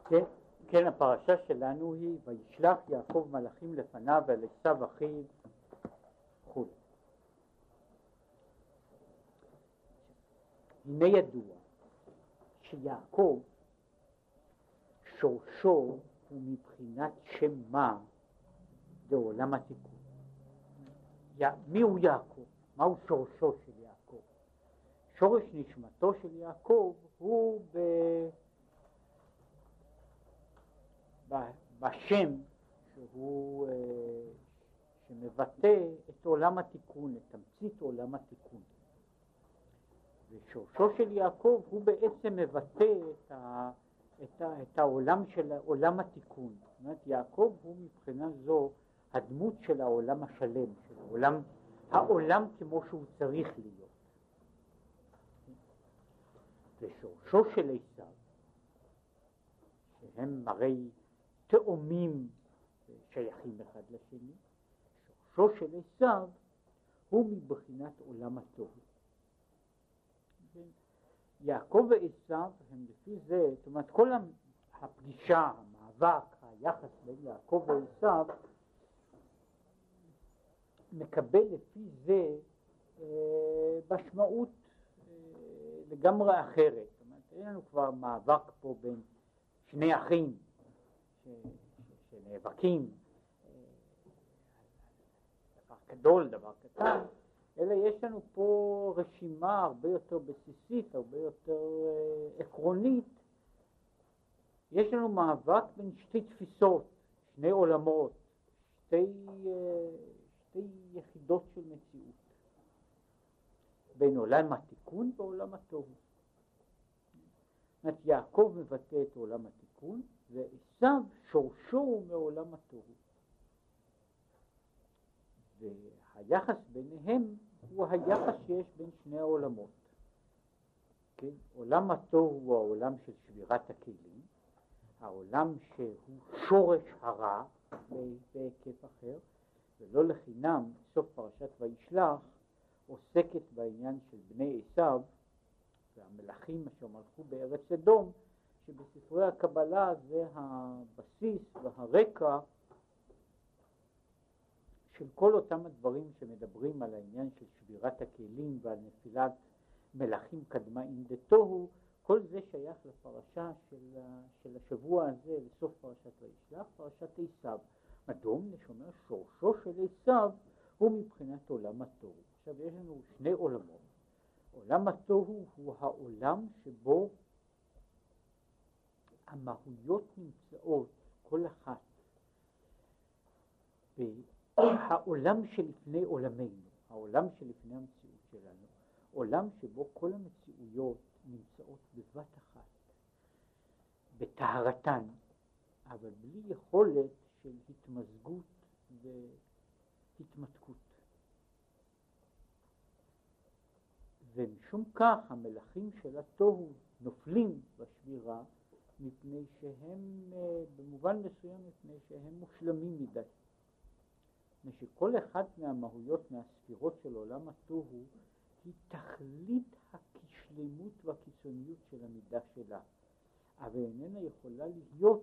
כן, כן, הפרשה שלנו היא וישלח יעקב מלאכים לפניו ואל עשיו אחיו חוץ. הנה ידוע שיעקב שורשו הוא מבחינת שם מה בעולם התיקון. מי הוא יעקב? מהו שורשו של יעקב? שורש נשמתו של יעקב הוא בשם שהוא שמבטא את עולם התיקון, את תמצית עולם התיקון. ושורשו של יעקב הוא בעצם מבטא את העולם של עולם התיקון. זאת אומרת, יעקב הוא מבחינה זו הדמות של העולם השלם, של העולם כמו שהוא צריך להיות. ושורשו של עשיו, שהם הרי תאומים שייכים אחד לשני, שורשו של עשיו הוא מבחינת עולם התוהו. יעקב ועשיו הם לפי זה, זאת אומרת כל הפגישה, המאבק, היחס בין יעקב ועשיו מקבל לפי זה משמעות לגמרי אחרת. זאת אומרת, אין לנו כבר מאבק פה בין שני אחים שנאבקים, דבר גדול, דבר קטן, אלא יש לנו פה רשימה הרבה יותר בסיסית, הרבה יותר עקרונית. יש לנו מאבק בין שתי תפיסות, שני עולמות, שתי יחידות של מציאות, בין עולם התיקון ועולם התוהו. זאת אומרת, יעקב מבטא את עולם התיקון, ועשיו שורשו הוא מעולם התוהו. והיחס ביניהם הוא היחס שיש בין שני העולמות. כן? עולם התוהו הוא העולם של שבירת הכלים, העולם שהוא שורש הרע בהיקף אחר, ולא לחינם סוף פרשת וישלח עוסקת בעניין של בני עשיו והמלאכים אשר מלכו בארץ אדום, שבספרי הקבלה זה הבסיס והרקע של כל אותם הדברים שמדברים על העניין של שבירת הכלים ועל נפילת מלאכים קדמאים דתוהו. כל זה שייך לפרשה של השבוע הזה, לסוף פרשת וישלח, פרשת עשיו. מדום נשומר שורשו של עשיו הוא מבחינת עולם התוהו. עכשיו יש לנו שני עולמות. עולם התוהו הוא העולם שבו המהויות נמצאות כל אחת העולם שלפני עולמנו, העולם שלפני המציאות שלנו, עולם שבו כל המציאויות נמצאות בבת אחת, בטהרתן, אבל בלי יכולת של התמזגות והתמתקות. ומשום כך המלאכים של התוהו נופלים בשבירה, מפני שהם, במובן מסוים, מפני שהם מושלמים מדי. שכל אחד מהמהויות, מהספירות של עולם התוהו, היא תכלית הכשלמות והקיצוניות של המידה שלה, אבל איננה יכולה להיות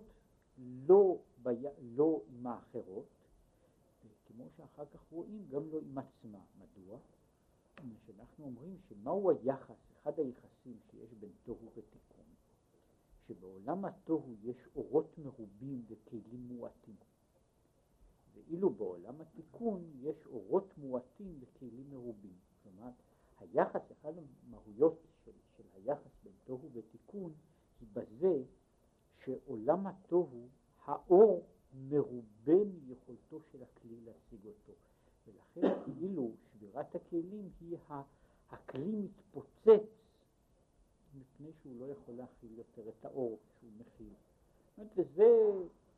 לא עם האחרות, כמו שאחר כך רואים, גם לא עם עצמה. מדוע? שאנחנו אומרים שמהו היחס, אחד היחסים שיש בין תוהו ותיקון, שבעולם התוהו יש אורות מרובים וכלים מועטים, ואילו בעולם התיקון יש אורות מועטים וכלים מרובים. כלומר, היחס, אחד המהויות של היחס בין תוהו ותיקון, היא בזה שעולם התוהו, האור מרובה מיכולתו של הכלי להשיג אותו. ולכן כאילו שבירת הכלים היא הכלי מתפוצץ מפני שהוא לא יכול להכיל יותר את האור שהוא מכיל. זאת אומרת, וזה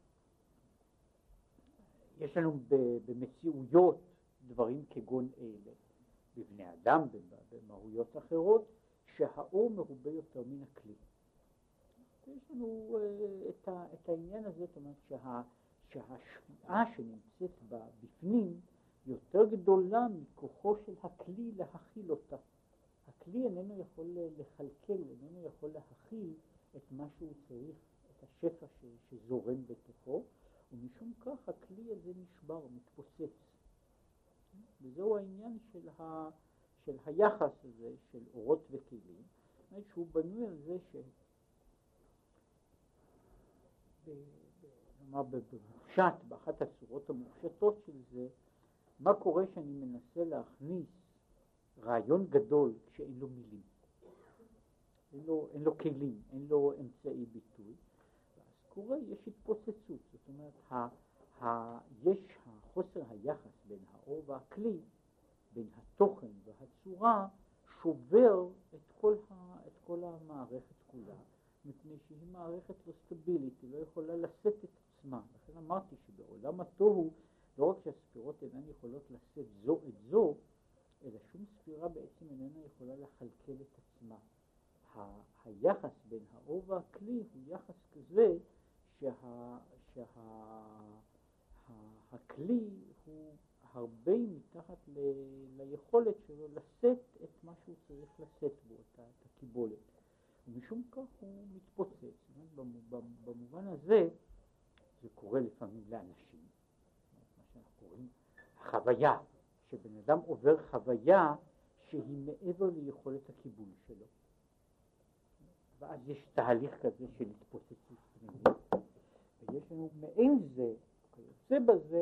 יש לנו במציאויות דברים כגון אלה, בבני אדם, במהויות אחרות, שהאור מרובה יותר מן הכלי. יש לנו את העניין הזה, זאת אומרת שהשפיעה שנמצאת בפנים יותר גדולה מכוחו של הכלי להכיל אותה. הכלי איננו יכול לחלקל, איננו יכול להכיל את מה שהוא צריך, השפע שזורם בתוכו, ומשום כך הכלי הזה נשבר, מתפוצץ. וזהו העניין של היחס הזה של אורות וכלים, שהוא בנוי על זה במופשט, באחת הצורות המופשטות של זה, מה קורה שאני מנסה להכניס רעיון גדול כשאין לו מילים, אין לו כלים, אין לו אמצעי ביטוי, ואז קורה, יש התפוצצות. זאת אומרת, יש חוסר היחס בין האור והכלי, בין התוכן והצורה, שובר את כל המערכת כולה, מפני שהיא מערכת לא סטבילית, היא לא יכולה לשאת את עצמה. לכן אמרתי שבעולם התוהו, לא רק שהספירות אינן יכולות לשאת זו את זו, אלא שום ספירה בעצם איננה יכולה לכלכל את עצמה. היחס בין האור והכלי הוא יחס כזה שהכלי הוא הרבה מתחת ליכולת שלו לשאת את מה שהוא צריך לשאת בו, את הקיבולת. ומשום כך הוא מתפוצץ. במובן הזה זה קורה לפעמים לאנשים, מה שאנחנו קוראים חוויה, שבן אדם עובר חוויה שהיא מעבר ליכולת הקיבול שלו. ואז יש תהליך כזה של התפוצצות פנימית, ויש לנו מעין זה, כיוצא בזה,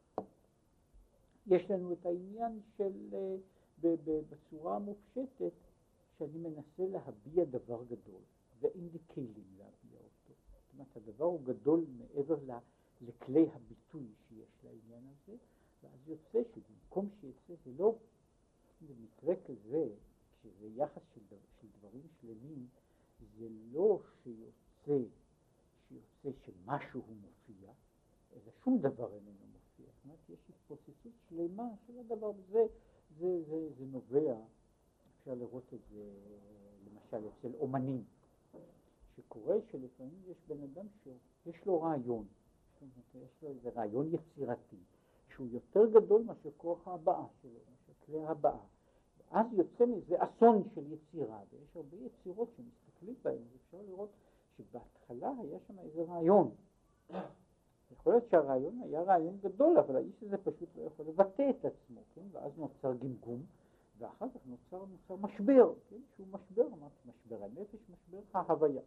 יש לנו את העניין של בצורה המופשטת, שאני מנסה להביע דבר גדול, ואין לי כלים להביע אותו. זאת אומרת, הדבר הוא גדול מעבר לכלי הביטוי שיש לעניין הזה, ואז יוצא שבמקום שיצא זה לא, במקרה כזה, כשזה יחס של דברים שלמים, זה לא שיוצא שמשהו מופיע, אלא שום דבר איננו מופיע. זאת אומרת, יש התפוצצות שלמה של הדבר, זה נובע, אפשר לראות את זה למשל אצל אומנים, שקורה שלפעמים יש בן אדם שיש לו רעיון, יש לו איזה רעיון יצירתי, שהוא יותר גדול מאשר כוח ההבעה שלו, מאשר כלי ההבעה. ואז יוצא מזה אסון של יצירה, ויש הרבה יצירות שמסתכלים בהן, ואפשר לראות שבהתחלה היה שם איזה רעיון. יכול להיות שהרעיון היה רעיון גדול, אבל האיש הזה פשוט לא יכול לבטא את עצמו, כן? ואז נוצר גמגום, ואחר כך נוצר משבר, כן? שהוא משבר הנפש, משבר ההוויה.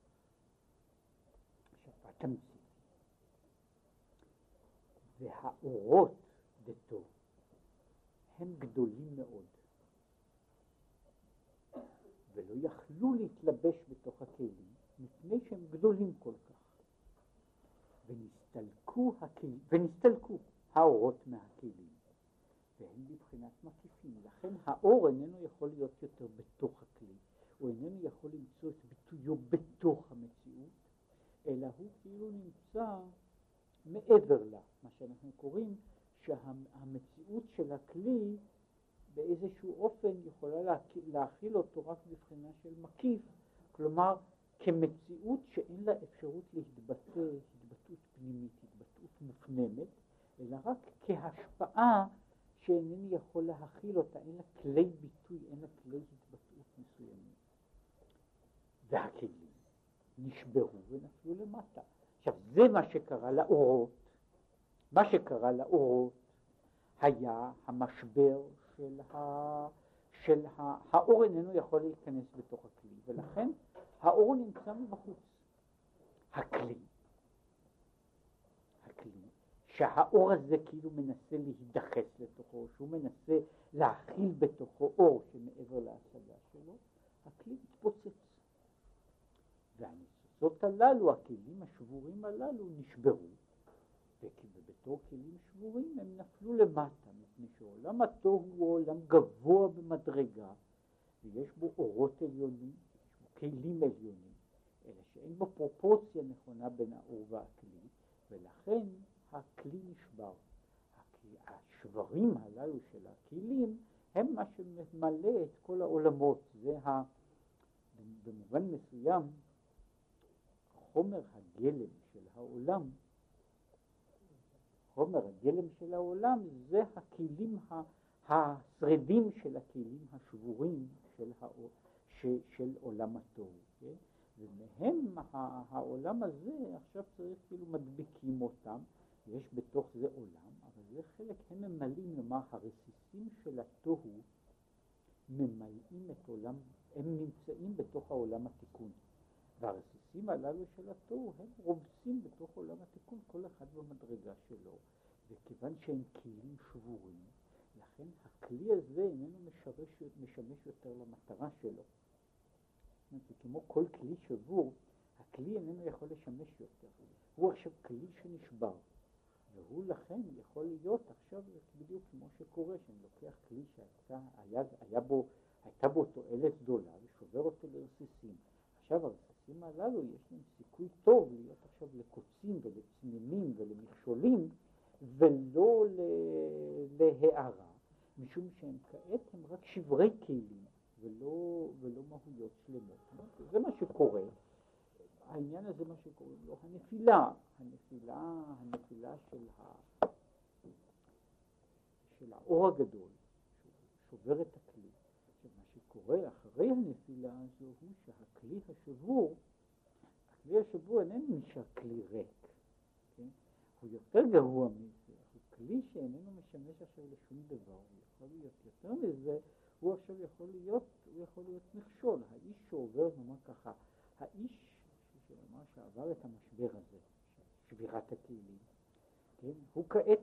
עכשיו, התמצית. והאורות דתו הם גדולים מאוד, ולא יכלו להתלבש בתוך הכלים, מפני שהם גדולים כל כך. ונסתלקו האורות מהכלים, והם בבחינת מקיפים. לכן האור איננו יכול להיות יותר בתוך הכלי, הוא איננו יכול למצוא את ביטויו בתוך המציאות, אלא הוא כאילו נמצא מעבר לה, מה שאנחנו קוראים שהמציאות של הכלי באיזשהו אופן יכולה להכיל אותו רק בבחינה של מקיף, כלומר כמציאות שאין לה אפשרות להתבטא, התבטאות פנימית, התבטאות מופנמת, אלא רק כהשפעה שאינני יכול להכיל אותה, אין לה כלי ביטוי, אין לה כלי התבטאות מסוימים. והכלים נשברו ונפלו למטה. עכשיו, זה מה שקרה לאורות. מה שקרה לאורות היה המשבר של האור איננו יכול להיכנס בתוך הכלי, ולכן האור נמצא מבחוץ. הכלי, שהאור הזה כאילו מנסה להידחס לתוכו, שהוא מנסה להכיל בתוכו אור שמעבר להשגה שלו, הכלי מתפוצץ. והניצוצות הללו, הכלים השבורים הללו, נשברו, ובתור כלים שבורים הם נפלו למטה, מפני שעולם התוהו הוא עולם גבוה במדרגה, ויש בו אורות עליונים, יש בו כלים עליונים, אלא שאין בו פרופורציה נכונה בין האור והכלי, ולכן הכלי נשבר. השברים הללו של הכלים הם מה שממלא את כל העולמות. זה במובן מסוים חומר הגלם של העולם. חומר הגלם של העולם זה הכלים השרידים של הכלים השבורים של עולם התוהו. כן? ומהם העולם הזה עכשיו צריך כאילו מדביקים אותם, יש בתוך זה עולם, אבל זה חלק, הם ממלאים, נאמר, הרסיסים של התוהו ממלאים את עולם, הם נמצאים בתוך העולם התיקון, והרסיסים הללו של התוהו הם רובצים בתוך עולם התיקון, כל אחד במדרגה שלו, וכיוון שהם כלים שבורים, לכן הכלי הזה איננו משמש יותר למטרה שלו. זה כמו כל כלי שבור, הכלי איננו יכול לשמש יותר. הוא עכשיו כלי שנשבר, והוא לכן יכול להיות עכשיו בדיוק כמו שקורה, שאני לוקח כלי שהייתה בו תועלת גדולה ושובר אותו לרסיסים. עכשיו הרסיסים הללו יש להם סיכוי טוב להיות עכשיו לקוצים ולצמימים ולמכשולים, ולא להערה, משום שהם כעת הם רק שברי כלים ולא מהויות שלמות. זה מה שקורה. העניין הזה מה שקוראים לו הנפילה של האור הגדול, שובר את הכלי. מה שקורה אחרי הנפילה הזו הוא שהכלי השבור איננו נשאר כלי ריק, כן? הוא יותר גרוע מזה, הוא כלי שאיננו משמש עכשיו לשום דבר, הוא יכול להיות יותר מזה, הוא עכשיו יכול להיות מכשול. האיש שעובר, נאמר ככה, האיש שעבר את המשבר הזה, שבירת הכלים, כן? הוא כעת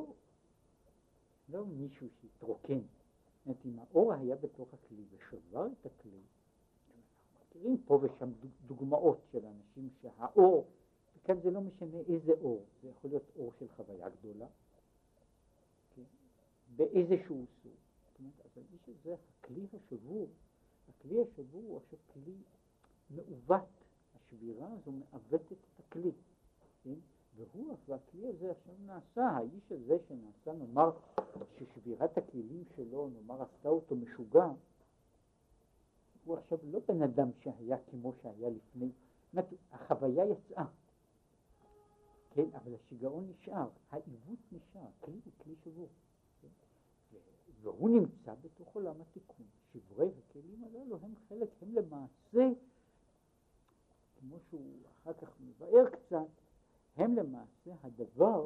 לא מישהו שהתרוקן. אם האור היה בתוך הכלי ושבר את הכלי, מכירים פה ושם דוגמאות של אנשים שהאור, וכאן זה לא משנה איזה אור, זה יכול להיות אור של חוויה גדולה, כן? באיזשהו סוג. זאת אומרת, אז האיש הזה, הכלי השבור הוא עכשיו כלי מעוות. השבירה הזו מעוותת את הכלי, כן? והכלי הזה עכשיו נעשה, האיש הזה שנעשה, נאמר, ששבירת הכלים שלו, נאמר, עשתה אותו משוגע, הוא עכשיו לא בן אדם שהיה כמו שהיה לפני, החוויה יצאה, כן? אבל השיגעון נשאר, העיוות נשאר, כלי הוא כלי שבור, כן? והוא נמצא בתוך עולם התיקון. שברי הכלים הללו הם חלק, הם למעשה, כמו שהוא אחר כך מבאר קצת, הם למעשה הדבר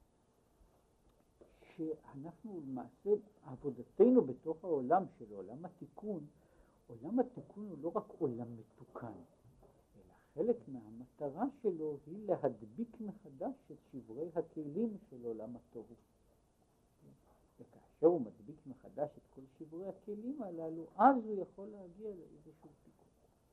שאנחנו למעשה, עבודתנו בתוך העולם של עולם התיקון הוא לא רק עולם מתוקן, אלא חלק מהמטרה שלו היא להדביק מחדש את שברי הכלים של עולם התוהו. וכאשר הוא מדביק מחדש את כל שברי הכלים הללו, אז הוא יכול להגיע לאיזשהו תיקון.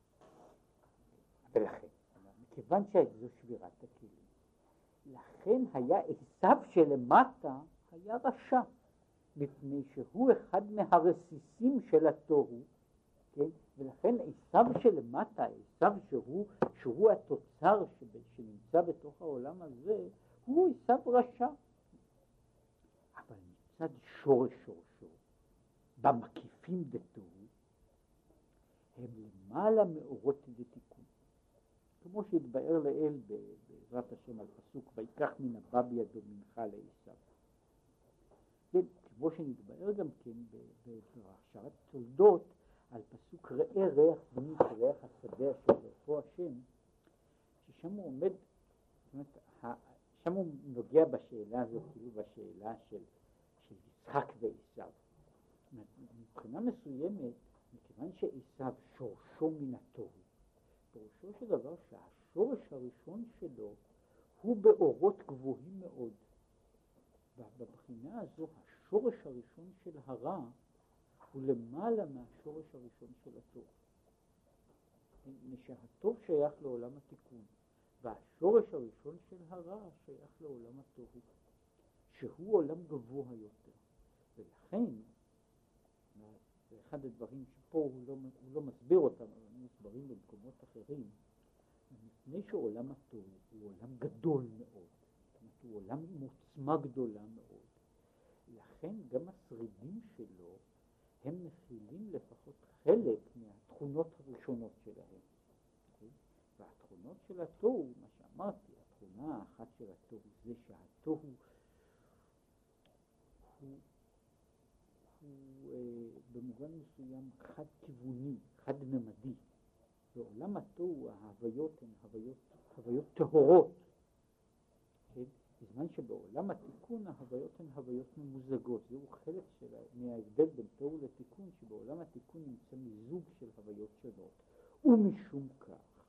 ולכן, מכיוון שזו שבירת הכלים, לכן היה עשיו שלמטה היה רשע, מפני שהוא אחד מהרסיסים של התוהו, כן? ולכן עשיו שלמטה, עשיו שהוא התוצר שנמצא בתוך העולם הזה, הוא עשיו רשע. אבל מצד שורשו, במקיפים דתוהו, הם למעלה מאורות דתיקון. כמו שהתבאר לאל בעזרת השם על פסוק, ויקח מן הבא בידו מנחה לעשיו. כמו שנתבאר גם כן בהכשרת תולדות על פסוק ראה ריח בני ריח השדה אשר ירפו השם, ששם הוא עומד, זאת אומרת, שם הוא נוגע בשאלה הזאת, כאילו בשאלה של יצחק ועשיו. מבחינה מסוימת, מכיוון שעשיו שורשו מן התוהו, פירושו של דבר שהשורש הראשון שלו הוא באורות גבוהים מאוד. ובבחינה הזו השורש הראשון של הרע הוא למעלה מהשורש הראשון של הטוב. שהטוב שייך לעולם התיקון, והשורש הראשון של הרע שייך לעולם התוהו, שהוא עולם גבוה יותר. ולכן, זה אחד הדברים שפה הוא לא מסביר אותם, אבל הם מסברים במקומות אחרים, מפני שעולם התוהו הוא עולם גדול מאוד, זאת אומרת, הוא עולם עם עוצמה גדולה מאוד. לכן גם השרידים שלו הם מכילים לפחות חלק מהתכונות הראשונות שלהם. והתכונות של התוהו, מה שאמרתי, התכונה האחת של התוהו זה שהתוהו הוא במובן מסוים חד כיווני, חד ממדי. בעולם התוהו ההוויות הן הוויות טהורות, כן? בזמן שבעולם התיקון ההוויות הן הוויות ממוזגות. זהו חלק מההבדל בין תוהו לתיקון, שבעולם התיקון נמצא מיזוג של הוויות שונות. ומשום כך,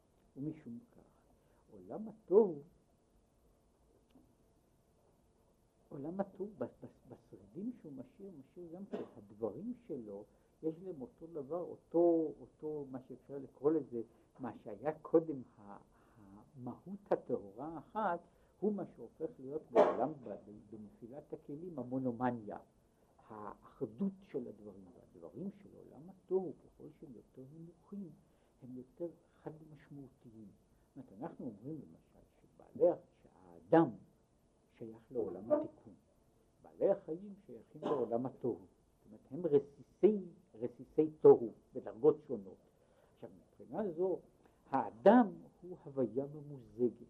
עולם התוהו בשרידים שהוא משאיר גם כן, הדברים שלו, יש להם אותו דבר, אותו מה שאפשר לקרוא לזה, מה שהיה קודם המהות הטהורה האחת, הוא מה שהופך להיות בעולם, בנפילת הכלים, המונומניה, האחדות של הדברים. והדברים של עולם התוהו, ככל שהם יותר נמוכים, הם יותר חד משמעותיים. זאת אומרת, אנחנו אומרים למשל שהאדם שייך לעולם התיקון, בעלי החיים שייכים לעולם התוהו. זאת אומרת, הם רסיסי תוהו בדרגות שונות. עכשיו, מבחינה זו, האדם הוא הוויה ממוזגת,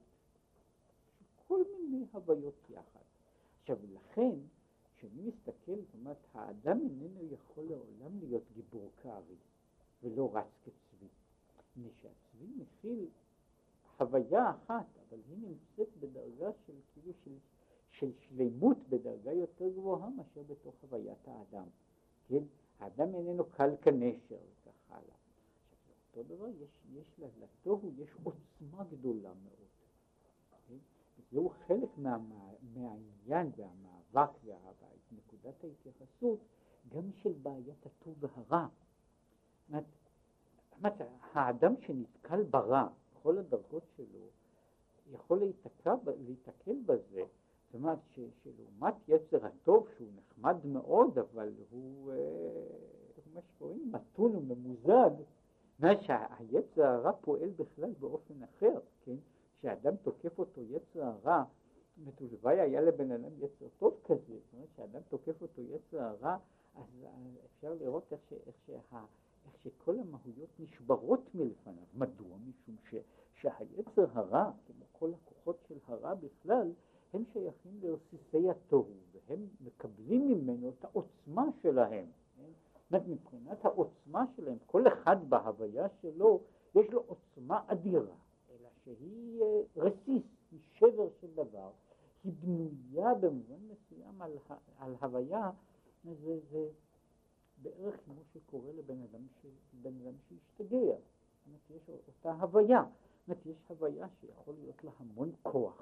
כל מיני הוויות יחד. עכשיו, לכן, כשאני מסתכל, זאת אומרת, האדם איננו יכול לעולם להיות גיבור כארי, ולא רץ כצבי. שהצבי מכיל הוויה אחת, אבל היא נמצאת בדרגה של שלמות, בדרגה יותר גבוהה מאשר בתוך הוויית האדם. כן? האדם איננו קל כנשר, וכך הלאה. עכשיו, אותו דבר, יש לתוהו, יש עוצמה גדולה מאוד. כן? זהו חלק מהעניין והמאבק ונקודת ההתייחסות גם של בעיית הטוב והרע. זאת אומרת, האדם שנתקל ברע, בכל הדרגות שלו, יכול להתקל בזה. זאת אומרת שלעומת יצר הטוב, שהוא נחמד מאוד, אבל הוא מה שקוראים מתון וממוזג, מה שהיצר הרע פועל בכלל באופן אחר, כן? כשאדם תוקף אותו יצר הרע, מתושבי היה לבן אדם יצר טוב כזה, זאת אומרת כשאדם תוקף אותו יצר הרע, אז אפשר לראות איך שכל המהויות נשברות מלפניו. מדוע? משום שהיצר הרע, כמו כל הכוחות של הרע בכלל, הם שייכים לרסיסי התוהו, והם מקבלים ממנו את העוצמה שלהם. מבחינת העוצמה שלהם, כל אחד בהוויה שלו, יש לו עוצמה אדירה, אלא שהיא רסיס, היא שבר של דבר, היא בנויה במובן מסוים על הוויה. זה בערך כמו שקורה לבן אדם שהשתגע. יש אותה הוויה. יש הוויה שיכול להיות לה המון כוח.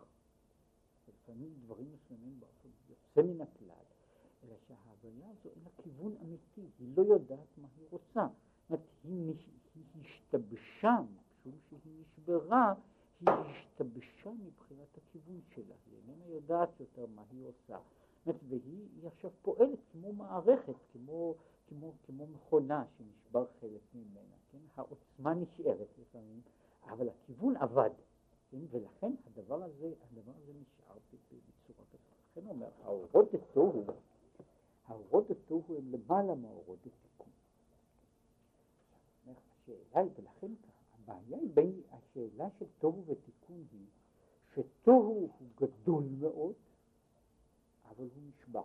לפעמים דברים מסוימים באופן יוצא מן הכלל, אלא שההוויה הזו אין לה כיוון אמיתי, היא לא יודעת מה היא רוצה. היא השתבשה, משום שהיא נשברה, היא השתבשה מבחינת הכיוון שלה, היא איננה יודעת יותר מה היא עושה. והיא עכשיו פועלת כמו מערכת, כמו מכונה שנשבר חלק ממנה. כן? העוצמה נשארת לפעמים, אבל הכיוון עבד. כן? ולכן הדבר הזה נשאר בצורה כזאת. לכן הוא אומר, האורות התוהו הם למעלה מהאורות התיקון. השאלה היא, ולכן הבעיה היא בין השאלה של תוהו ותיקון היא, שתוהו הוא גדול מאוד, אבל הוא נשבר.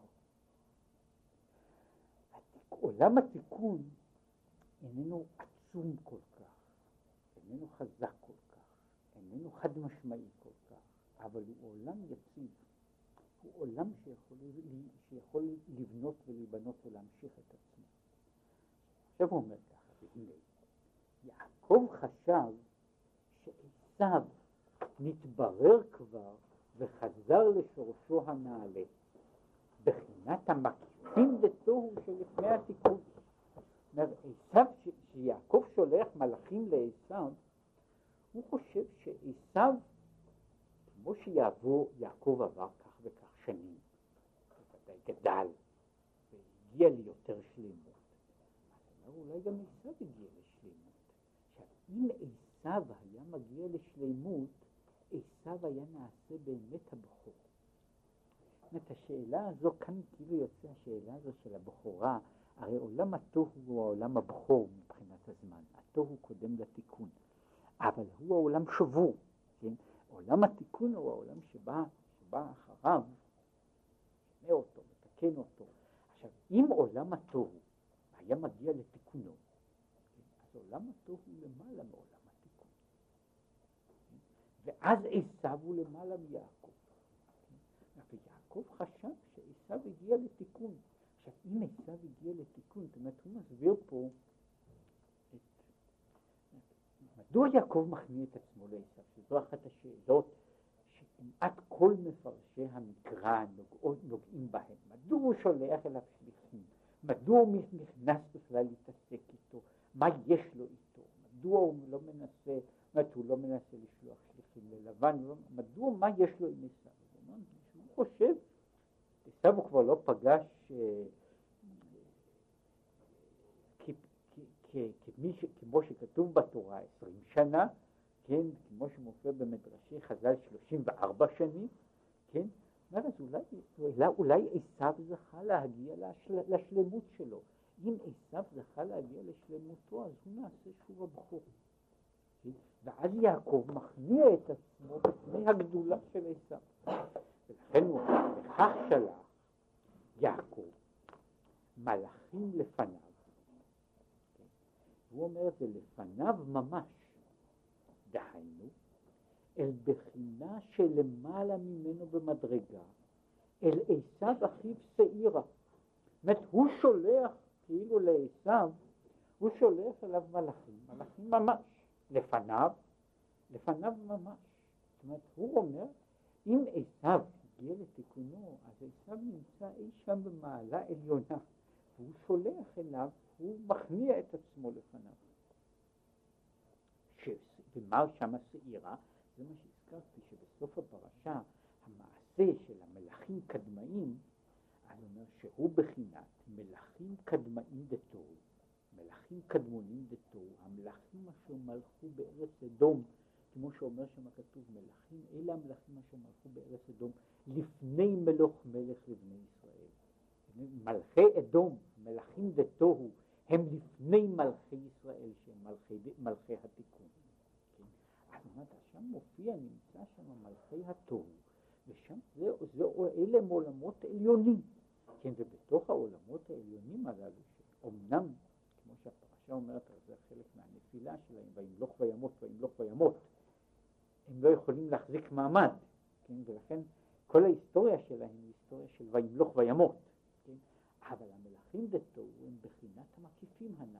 עולם התיקון איננו עצום כל כך, איננו חזק כל כך, איננו חד משמעי כל כך, אבל הוא עולם יציב, הוא עולם שיכול לבנות ולהיבנות ולהמשיך את עצמו. עכשיו הוא אומר ככה, והנה, יעקב חשב שעשיו נתברר כבר וחזר לשורשו הנעלה, בחינת המקיפים לתוהו שלפני התיקון. עשיו, שיעקב שולח מלאכים לעשיו, הוא חושב שעשיו, כמו יעקב עבר כך וכך שנים, בוודאי גדל והגיע ליותר שלמות, אז אולי גם עשיו הגיע לשלמות. עכשיו, אם עשיו היה מגיע לשלמות, עשיו היה נעשה באמת הבכור. את השאלה הזו, כאן כאילו יוצא השאלה הזו של הבכורה, הרי עולם התוהו הוא העולם הבכור מבחינת הזמן, התוהו קודם לתיקון, אבל הוא העולם שבור, כן? עולם התיקון הוא העולם שבא אחריו, שנה אותו, מתקן אותו. עכשיו, אם עולם התוהו היה מגיע לתיקונו, כן? אז עולם התוהו הוא למעלה מעולם התיקון. ואז עשיו הוא למעלה מיעקב. ויעקב חשב שעשיו הגיע לתיקון. עכשיו, אם עשיו הגיע לתיקון, זאת אומרת, הוא מסביר פה מדוע יעקב מכניע את עצמו לעשיו, שזו אחת השאלות שכמעט כל מפרשי המקרא נוגעים בהם. מדוע הוא שולח אליו שליחים? מדוע הוא נכנס בכלל להתעסק איתו? מה יש לו איתו? מדוע הוא לא מנסה, הוא לא מנסה לשלוח שליחים ללבן? מדוע, מה יש לו עם עשיו? הוא חושב, עשיו הוא כבר לא פגש כמו שכתוב בתורה 20 שנה, כן, כמו שמופיע במדרשי חז"ל 34 שנים, כן, אומרת, אולי עשיו זכה להגיע לשלמות שלו. אם עשיו זכה להגיע לשלמותו, אז הוא נעשה שוב הבכור. כן? ואז יעקב מכניע את עצמו בפני הגדולה של עשיו. ולכן הוא בכך שלח יעקב מלאכים לפניו. הוא אומר את זה לפניו ממש, דהיינו, אל בחינה שלמעלה ממנו במדרגה, אל עשיו אחיו שעירה. זאת אומרת, הוא שולח כאילו לעשיו, הוא שולח אליו מלאכים ממש, לפניו ממש. זאת אומרת, הוא אומר, אם עשיו הגיע לתיקונו, אז עשיו נמצא אי שם במעלה עליונה, והוא שולח אליו, הוא מכניע את עצמו לפניו. ומה שם השעירה? זה מה שהזכרתי, שבסוף הפרשה, המעשה של המלאכים קדמאים, אני אומר שהוא בחינת מלאכים קדמאים דתוהו, מלאכים קדמונים דתוהו, המלאכים אשר מלכו בארץ אדום, כמו שאומר שם כתוב, מלאכים, אלה המלאכים אשר מלכו בארץ אדום, לפני מלוך מלך לבני ישראל. מלכי אדום, מלאכים דתוהו, הם לפני מלכי ישראל, שהם מלכי התיקון. כן? שם מופיע, נמצא שם מלכי התוהו, ושם אלה הם עולמות עליונים. כן, ובתוך העולמות העליונים הללו, אומנם, כמו שהפרשה אומרת, זה חלק מהנפילה שלהם, וימלוך וימות, הם לא יכולים להחזיק מעמד, כן? ולכן כל ההיסטוריה שלהם היא היסטוריה של וימלוך וימות. כן? אבל המלאכים דתוהו הם בחינת המקיפים הנ"ל.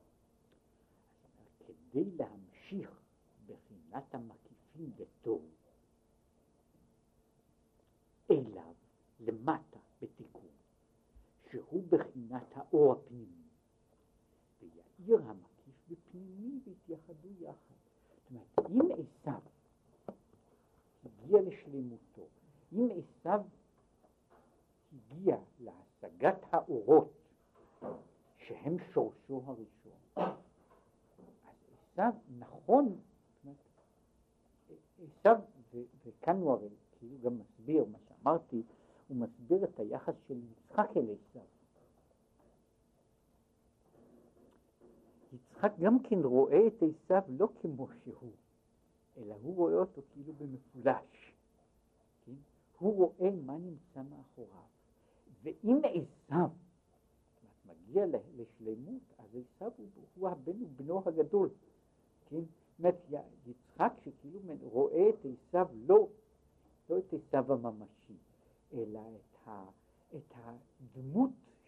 כדי להמשיך בחינת המקיפים דתוהו אליו למטה בתיקון, שהוא בחינת האור הפנימי, ויעיר המקיף בפנימי והתייחדו יחד. זאת אומרת, אם עשיו הגיע לשלמותו, אם עשיו הגיע להשגת האורות שהם שורשו הראשון, אז עשיו נכון, עשיו, וכאן הוא הרי כאילו גם מסביר מה שאמרתי, הוא מסביר את היחס של יצחק אל עשיו. יצחק גם כן רואה את עשיו לא כמו שהוא, אלא הוא רואה אותו כאילו במפולש. כן? הוא רואה מה נמצא מאחוריו. ואם עשיו מגיע לשלמות, אז עשיו הוא בנו הגדול. כן? זאת אומרת, יצחק שכאילו רואה את עשיו לא את עשיו הממשי, אלא את הדמות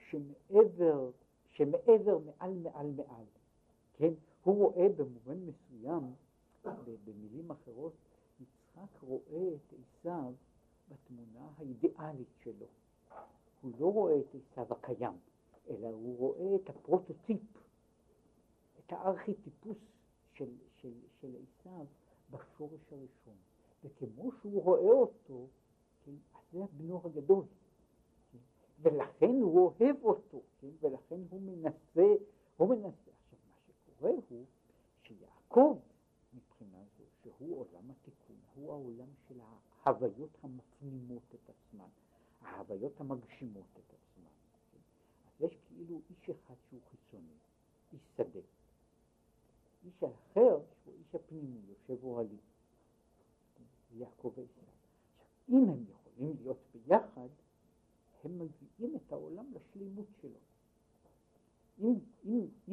שמעבר מעל. כן? הוא רואה במובן מסוים, במילים אחרות, יצחק רואה את עשיו בתמונה האידיאלית שלו. הוא לא רואה את עשיו הקיים, אלא הוא רואה את הפרוטוטיפ, את הארכיטיפוס של עשיו בשורש הראשון. וכמו שהוא רואה אותו, כן, אז זה בנו הגדול. כן? ולכן הוא אוהב אותו, כן? ולכן הוא מנסה. עכשיו, מה שקורה הוא שיעקב, מבחינה זו, שהוא עולם התיקון, הוא העולם של ההוויות המפנימות את עצמן, ההוויות המגשימות את עצמן. כן? אז יש כאילו איש אחד שהוא חיצוני, איש שדה. איש האחר, שהוא איש הפנימי, יושב אוהלי. יעקב ועשיו. עכשיו, אם הם יכולים להיות ביחד, הם מביאים את העולם לשלימות שלו.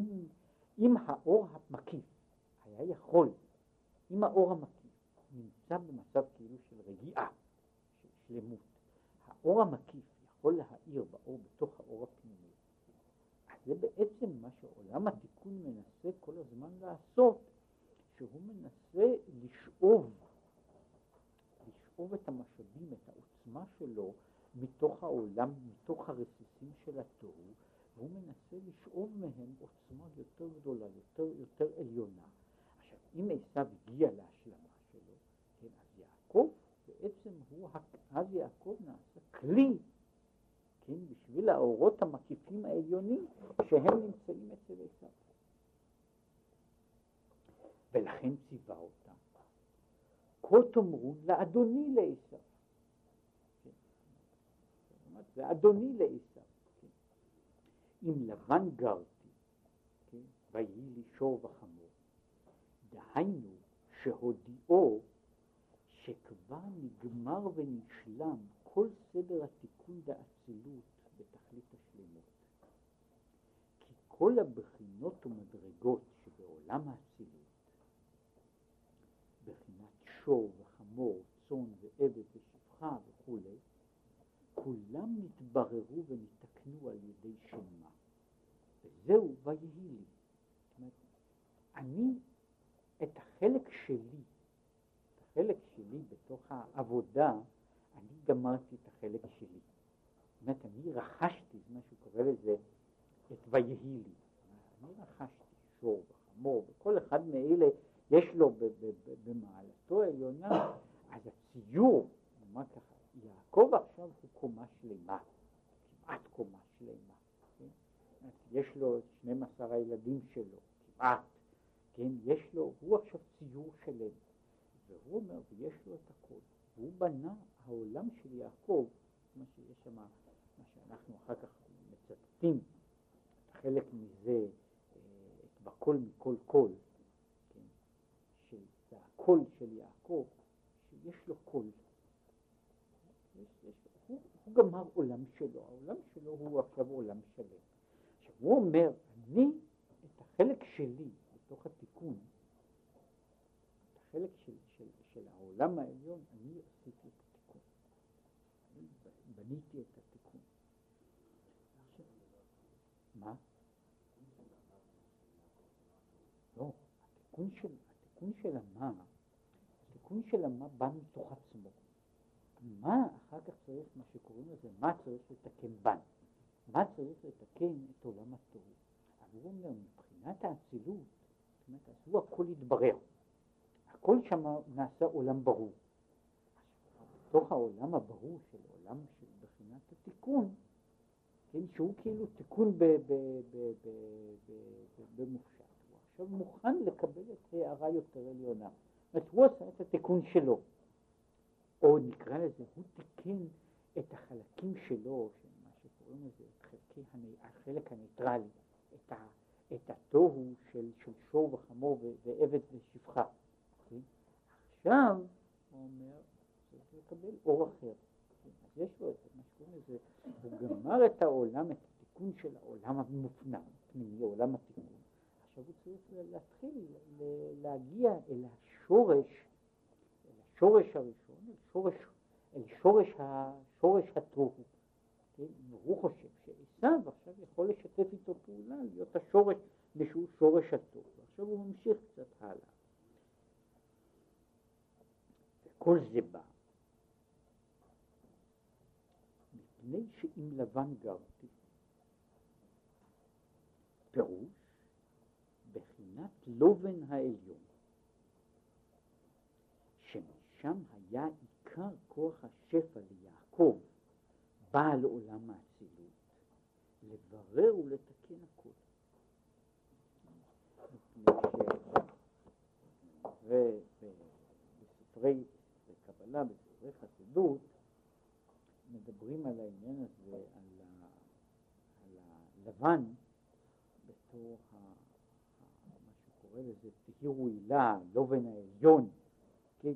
אם האור המקיף היה יכול, אם האור המקיף נמצא נמצא במצב כאילו של רגיעה, של שלמות. האור המקיף יכול להאיר באור בתוך האור הפנימי. אז זה בעצם מה שעולם התיקון מנסה כל הזמן לעשות, שהוא מנסה לשאוב את המשאבים, את העוצמה שלו מתוך העולם, מתוך הרסיסים של התוהו, והוא מנסה לשאוב מהם עוצמה יותר גדולה, יותר עליונה. עכשיו, אם עשיו הגיע להשלמה שלו, כן, אז יעקב בעצם אז יעקב נעשה כלי, כן, בשביל האורות המקיפים העליונים שהם נמצאים אצל עשיו. ולכן ציווה אותם. כה תאמרו לאדוני לעשיו. זה אדוני לעשיו. אם לבן גרתי, ויהי לי שור וחמור. דהיינו שהודיעו שכבר נגמר ונשלם כל סדר התיקון באצילות בתכלית השלמות. כי כל הבחינות ומדרגות שבעולם האצילות, בחינת שור וחמור, צאן ועבד ושפחה וכו', כולם נתבררו ונתקנו על ידי שם מה. וזהו ויהי לי. זאת אומרת, אני את החלק שלי בתוך העבודה, אני גמרתי את החלק שלי. זאת אומרת, אני רכשתי, זה מה שהוא קורא לזה, את ויהי לי. אני רכשתי שור וחמור, וכל אחד מאלה יש לו במעלתו העליונה, אז הציור, מה ככה, יעקב עכשיו הוא קומה שלמה, כמעט קומה שלמה. כן? יש לו 12 הילדים שלו, כמעט. כן? יש לו, הוא עכשיו ציור שלם. והוא אומר, ויש לו את הכל. והוא בנה העולם של יעקב, מה שיש שם, מה שאנחנו אחר כך מצטטים, חלק מזה, את בכל מכל כל, כן? שזה הקול של יעקב, שיש לו קול. הוא גמר עולם שלו, העולם שלו הוא עכשיו עולם שלם. עכשיו הוא אומר, אני את החלק שלי בתוך התיקון, את החלק של העולם העליון, אני עשיתי את התיקון. אני בניתי את התיקון. עכשיו, מה? לא, התיקון של המה בא מתוך עצמו. מה אחר כך צריך, מה שקוראים לזה, מה צריך לתקן בן? מה צריך לתקן את עולם התוהו? אבל הוא אומר, מבחינת האצילות, זאת אומרת, אז הוא הכל יתברר. הכל שם נעשה עולם ברור. בתוך העולם הברור של עולם של בחינת התיקון, כן, שהוא כאילו תיקון במופשט. הוא עכשיו מוכן לקבל את הערה יותר עליונה. זאת אומרת, הוא עשה את התיקון שלו. או נקרא לזה, הוא תיקן את החלקים שלו, מה שקוראים לזה, החלק הניטרלי, את התוהו של שור וחמור ועבד ושפחה. כן? עכשיו, הוא אומר, צריך לקבל אור אחר. כן? אז יש לו את מה שקוראים לזה, הוא גמר את העולם, את התיקון של העולם המופנם, פנימי, עולם התיקון. עכשיו הוא צריך להתחיל להגיע אל השורש הראשון, אל שורש התוהו. כן? והוא חושב שעשיו עכשיו יכול לשתף איתו פעולה, להיות השורש, משהו שורש התוהו. עכשיו הוא ממשיך קצת הלאה. וכל זה בא מפני שאם לבן גרתי, פירוש בחינת לובן העליון, שמשם היה עיקר כוח השפע ליעקב, בעל עולם האצילות, לברר ולתקן הכל. ובספרי קבלה, בספרי חסידות, מדברים על העניין הזה, על הלבן, בתור מה שקורא לזה, תהירו הילה, לובן העליון, כן?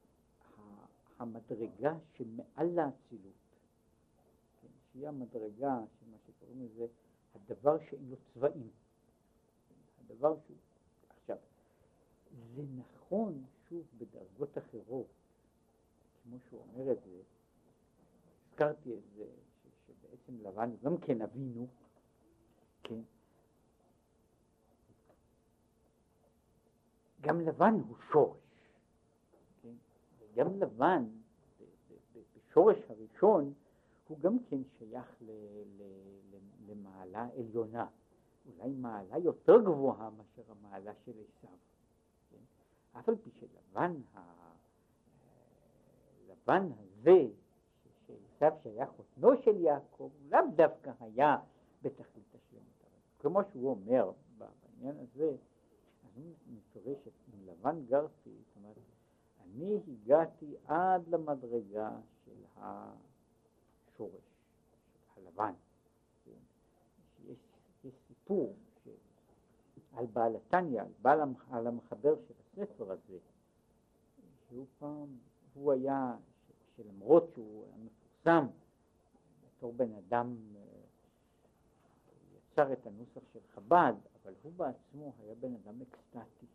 המדרגה שמעל לאצילות, כן? שהיא המדרגה, שמה שקוראים לזה, הדבר שאין לו צבעים. הדבר שהוא, עכשיו, זה נכון, שוב, בדרגות אחרות, כמו שהוא אומר את זה, הזכרתי את זה, שבעצם לבן גם כן אבינו, כן? גם לבן הוא שורש, כן? וגם לבן, בשורש הראשון, הוא גם כן שייך למעלה עליונה, אולי מעלה יותר גבוהה מאשר המעלה של עשיו. כן? אף על פי שלבן הזה, שעשיו שייך חותנו של יעקב, לאו דווקא היה בתכלית השלמות. כמו שהוא אומר בעניין הזה, אני מפרש עם לבן גרתי, זאת אומרת, אני הגעתי עד למדרגה של השורש, של הלבן. יש סיפור על בעל התניא, על המחבר של הספר הזה, שהוא פעם, הוא היה, שלמרות שהוא היה מפורסם, בתור בן אדם יצר את הנוסח של חב"ד, אבל הוא בעצמו היה בן אדם אקסטטי.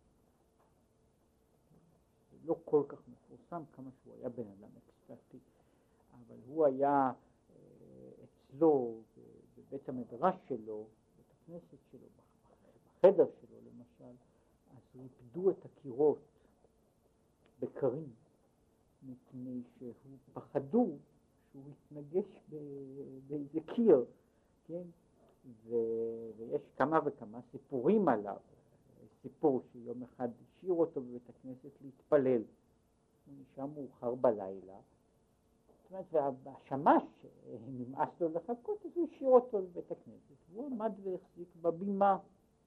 לא כל כך מפורסם כמה שהוא היה בן אדם אקסטטי, אבל הוא היה אצלו, בבית המדרש שלו, בית הכנסת שלו, בחדר שלו למשל, אז ריפדו את הקירות בקרים, מפני שהוא פחדו שהוא יתנגש באיזה קיר, כן? ויש כמה וכמה סיפורים עליו. סיפור שיום אחד השאיר אותו בבית הכנסת להתפלל, הוא נשאר מאוחר בלילה, זאת אומרת, והשמש נמאס לו לחכות, אז הוא השאיר אותו בבית הכנסת, והוא עמד והחזיק בבימה.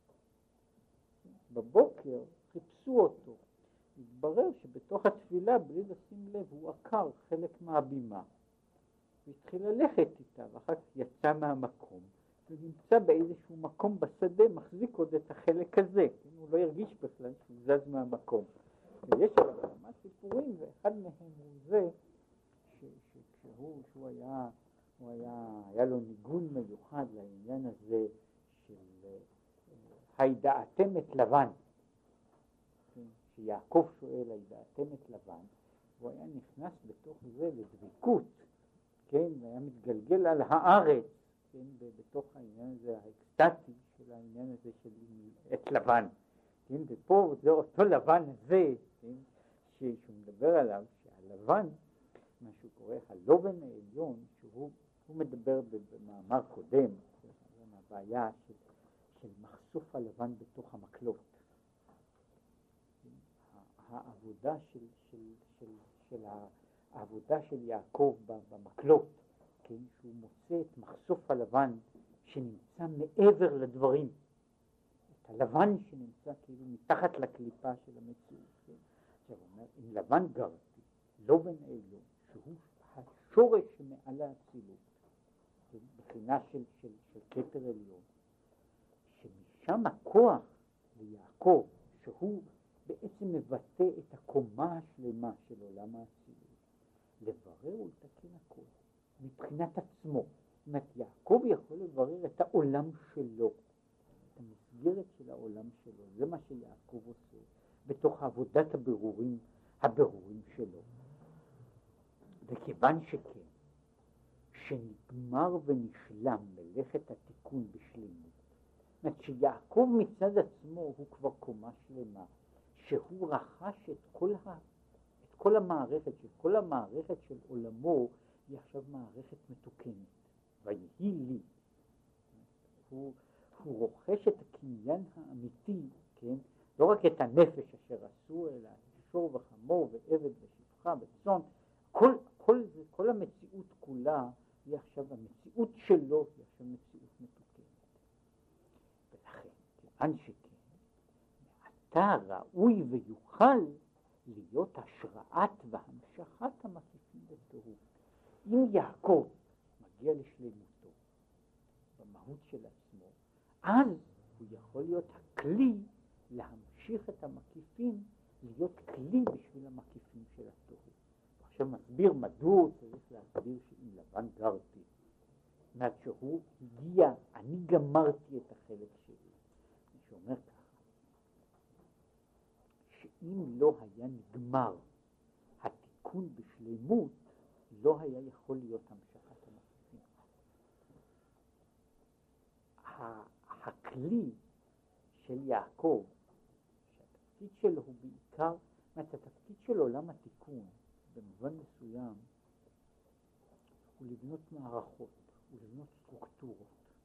בבוקר חיפשו אותו, התברר שבתוך התפילה, בלי לשים לב, הוא עקר חלק מהבימה, והתחיל ללכת איתה, ואחר כך יצא מהמקום, ונמצא באיזשהו מקום בשדה, מחזיק עוד את החלק הזה, הוא לא ירגיש בכלל שהוא זז מהמקום. ויש עליו כמה סיפורים, ואחד מהם הוא זה, שהוא היה לו ניגון מיוחד לעניין הזה של הידעתם את לבן, שיעקב שואל הידעתם את לבן, הוא היה נכנס בתוך זה לדביקות, כן, והיה מתגלגל על הארץ, כן, בתוך העניין הזה האקסטטי של העניין הזה של את לבן, כן, ופה זה אותו לבן הזה, כן, שהוא מדבר עליו, שהלבן, מה שהוא קורא הלובן העליון, שהוא מדבר במאמר קודם, על הבעיה של מחשוף הלבן בתוך המקלות. העבודה העבודה של יעקב במקלות, כן, שהוא מוצא את מחשוף הלבן שנמצא מעבר לדברים, את הלבן שנמצא כאילו מתחת לקליפה של המציאות. כן? עכשיו הוא אומר, עם לבן גרתי, לובן עליון, שהוא השורש שמעל האצילות, כן? בחינה של כתר עליון, שמשם הכוח ליעקב, שהוא בעצם מבטא את הקומה השלמה של עולם האצילות, לברר ולתקן הכל מבחינת עצמו. זאת אומרת, יעקב יכול לברר את העולם שלו, את המסגרת של העולם שלו. זה מה שיעקב עושה בתוך עבודת הבירורים שלו. וכיוון שכן, שנגמר ונשלם מלאכת התיקון בשלמות, זאת אומרת שיעקב מצד עצמו הוא כבר קומה שלמה, שהוא רכש את כל המערכת, כל המערכת של עולמו היא עכשיו מערכת מתוקנת, ויהי לי. הוא רוכש את הקניין האמיתי, כן? לא רק את הנפש אשר עשו, אלא שור וחמור ועבד ושפחה וצאן, כל המציאות כולה היא עכשיו, המציאות שלו היא עכשיו מציאות מתוקנת. ולכן, כיוון שכן, אתה ראוי ויוכל להיות השראת והמשכת המקיפים בפירוק. אם יעקב מגיע לשלמותו במהות של עצמו, אז הוא יכול להיות הכלי להמשיך את המקיפים, להיות כלי בשביל המקיפים של הפירוק. עכשיו מסביר מדוע צריך להסביר שעם לבן גרתי. זאת אומרת שהוא הגיע, אני גמרתי את החלק שלי. שאומר ככה, שאם לא היה נגמר התיקון בשלמות, לא היה יכול להיות המשכת המקיפים. הכלי של יעקב, שהתפקיד שלו הוא בעיקר, התפקיד של עולם התיקון, במובן מסוים, הוא לבנות מערכות, הוא לבנות סטרוקטורות,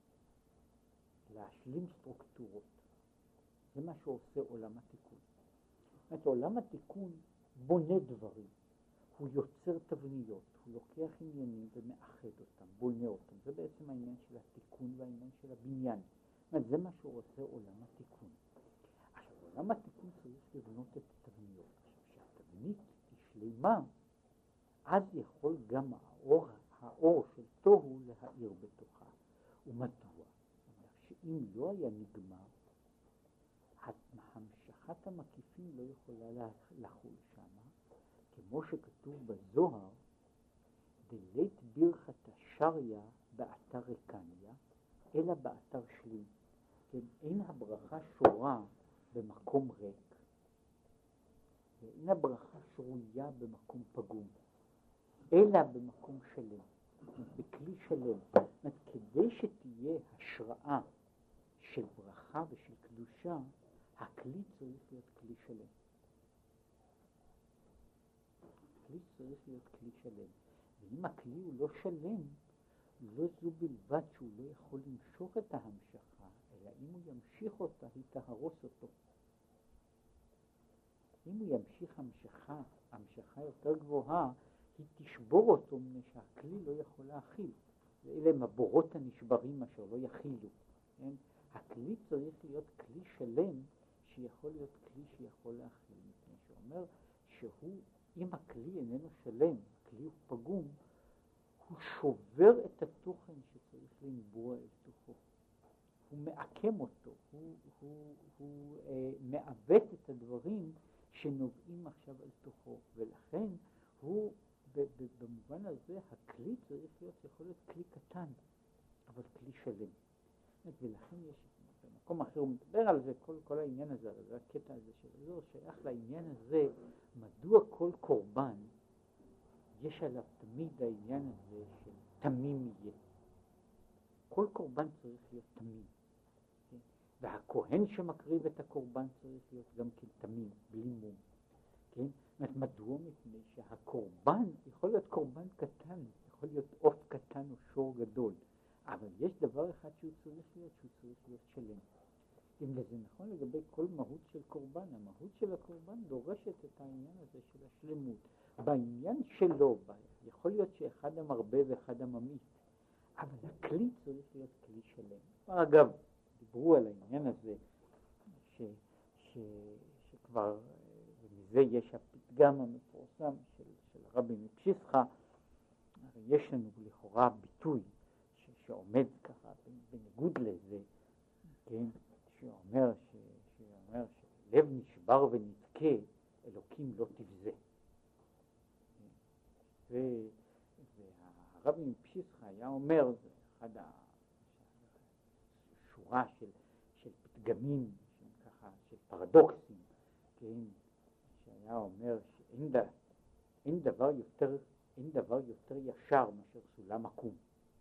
להשלים סטרוקטורות. זה מה שעושה עולם התיקון. עולם התיקון בונה דברים, הוא יוצר תבניות, הוא לוקח עניינים ומאחד אותם, בונה אותם. זה בעצם העניין של התיקון והעניין של הבניין. זה מה שעושה עולם התיקון. עכשיו, עולם התיקון צריך לבנות את התבניות. עכשיו, שהתבנית היא שלמה, אז יכול גם האור של תוהו להאיר בתוכה. ומדוע? שאם לא היה נגמר, המשכת המקיפים לא יכולה לחול שם, כמו שכתוב בזוהר, דלית ברכת השריה באתר רקניה, אלא באתר שלים. כן, אין הברכה שורה במקום ריק, ואין הברכה שרויה במקום פגום, אלא במקום שלם, בכלי שלם. כדי שתהיה השראה של ברכה ושל קדושה, הכלי צריך להיות כלי שלם. הכלי צריך להיות כלי שלם. ואם הכלי הוא לא שלם, לא זו בלבד שהוא לא יכול למשוך את ההמשכה, אלא אם הוא ימשיך אותה, היא תהרוס אותו. אם הוא ימשיך המשכה יותר גבוהה, היא תשבור אותו, מפני שהכלי לא יכול להכיל. ואלה הם הבורות הנשברים אשר לא יכילו. כן? הכלי צריך להיות כלי שלם, שיכול להיות כלי שיכול להכיל. מפני שאומר שהוא, אם הכלי איננו שלם, הכלי הוא פגום, הוא שובר את התוכן שצריך לנבוע אל תוכו. הוא מעקם אותו, הוא מעוות את הדברים שנובעים עכשיו אל תוכו. ולכן הוא, במובן הזה, הכלי צריך להיות, יכול להיות כלי קטן, אבל כלי שלם. ולכן יש, במקום אחר הוא מדבר על זה, כל העניין הזה, זה הקטע הזה שלו, שייך לעניין הזה, מדוע כל קורבן, יש עליו תמיד העניין הזה של תמים יהיה. כל קורבן צריך להיות תמים. כן? והכהן שמקריב את הקורבן צריך להיות גם כן תמים, בלי מום. כן? מדוע? מפני שהקורבן יכול להיות קורבן קטן, יכול להיות עוף קטן או שור גדול, אבל יש דבר אחד שהוא צריך להיות שלם. אם זה נכון לגבי כל מהות של קורבן, המהות של הקורבן דורשת את העניין הזה של השלמות. בעניין שלו, יכול להיות שאחד המרבה ואחד הממית, אבל הכלי צריך להיות כלי שלם. אגב, דיברו על העניין הזה, שכבר, ומזה יש הפתגם המפורסם של רבי מפשיסחה, יש לנו לכאורה ביטוי שעומד ככה בניגוד לזה, כן? שאומר שלב נשבר ונתקה, אלוקים לא תבזה. והרבי מפשיסחה היה אומר, זה אחד השורה של פתגמים, ככה, של פרדוקסים, כן? שהיה אומר שאין דבר יותר ישר מאשר סולם עקום.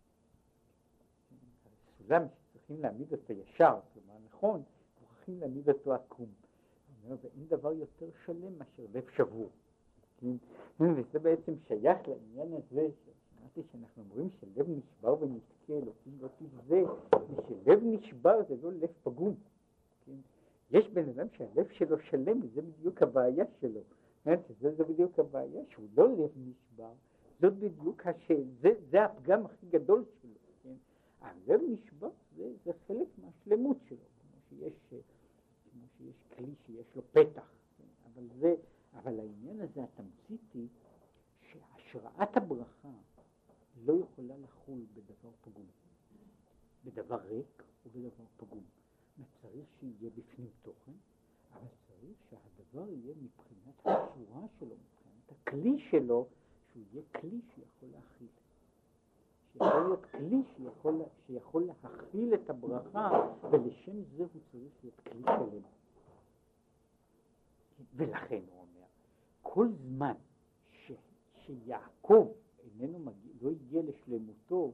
סולם שצריכים להעמיד אותו ישר, כלומר נכון, מוכרחים להעמיד אותו עקום. ואין דבר יותר שלם מאשר לב שבור. וזה בעצם שייך לעניין הזה, שמעתי שאנחנו אומרים שלב נשבר ונתקה, אלוקים לא תבזה, ושלב נשבר זה לא לב פגום. יש בן אדם שהלב שלו שלם, וזה בדיוק הבעיה שלו. זה בדיוק הבעיה, שהוא לא לב נשבר, זאת בדיוק זה הפגם הכי גדול שלו. הלב נשבר זה חלק מהשלמות שלו, כמו שיש כלי שיש לו פתח. אבל העניין הזה, התמצית היא שהשראת הברכה לא יכולה לחול בדבר פגום, בדבר ריק ובדבר פגום. צריך שיהיה בפנים תוכן, אבל צריך שהדבר יהיה מבחינת הצורה שלו, מבחינת הכלי שלו, שהוא יהיה כלי שיכול להכיל. שיכול להיות כלי שיכול להכיל את הברכה, ולשם זה הוא צריך להיות כלי שלם. ולכן הוא אומר, כל זמן שיעקב לא הגיע לשלמותו,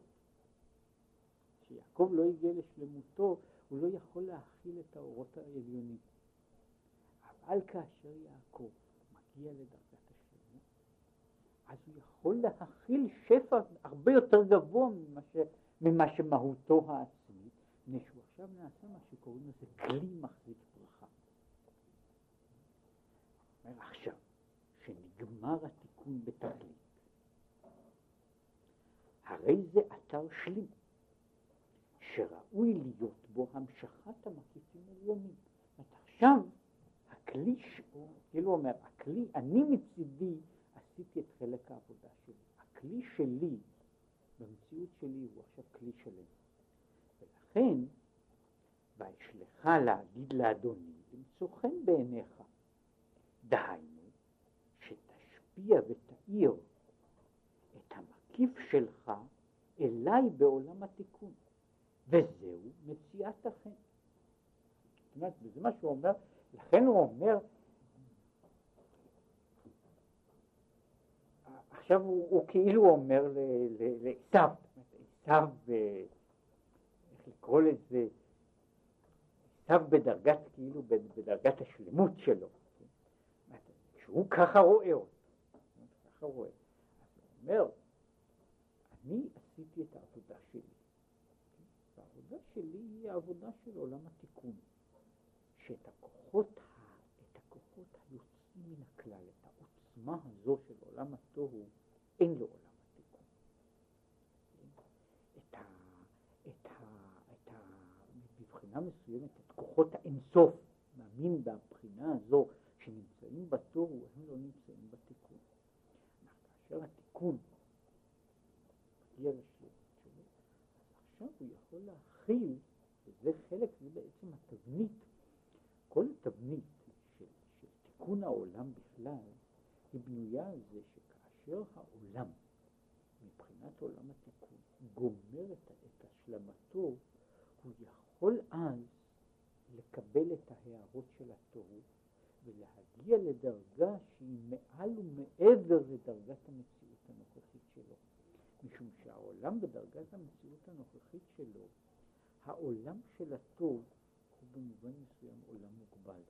שיעקב לא הגיע לשלמותו, הוא לא יכול להכיל את האורות העליונים. אבל כאשר יעקב מגיע לדרגת השלמות, אז הוא יכול להכיל שפע הרבה יותר גבוה ממה שמהותו העצמית, שהוא עכשיו נעשה מה שקוראים לזה כלי מחזיק ברכה. עכשיו, שנגמר התיקון בתכלית, הרי זה אתר שלים, שראוי להיות בו המשכת המקיפים עליונים. עכשיו, הכלי, כאילו אומר, הכלי, אני מצידי עשיתי את חלק העבודה שלי. הכלי שלי, במציאות שלי, הוא עכשיו כלי שלם. ולכן, וישלך להגיד לאדוני, למצוא חן בעיניך. דהיינו, שתשפיע ותאיר את המקיף שלך אליי בעולם התיקון. וזהו מציאת החן. זאת אומרת, וזה מה שהוא אומר, לכן הוא אומר, עכשיו הוא כאילו אומר לעשיו, עשיו, איך לקרוא לזה, עשיו בדרגת, כאילו בדרגת השלמות שלו, שהוא ככה רואה אותו, ככה רואה. אז הוא אומר, אני עשיתי את העבודה שלי. העבודה שלי היא העבודה של עולם התיקון, שאת הכוחות היוצאים מן הכלל, את העוצמה הזו של עולם התוהו, אין לו עולם התיקון. בבחינה מסוימת, את כוחות האינסוף, מאמין בבחינה הזו, שנמצאים בתוהו, הם לא נמצאים בתיקון. כאשר התיקון מגיע לשלמות שלו, עכשיו הוא יכול להכיל, וזה חלק, זה בעצם התבנית, כל התבנית של תיקון העולם בכלל, היא בנויה על זה שכאשר העולם, מבחינת עולם התיקון, גומר את השלמתו, הוא יכול אז לקבל את ההערות של התוהו, ולהגיע לדרגה שהיא מעל ומעבר לדרגת המציאות הנוכחית שלו. משום שהעולם בדרגת המציאות הנוכחית שלו, העולם של הטוב הוא במובן מסוים עולם מוגבל.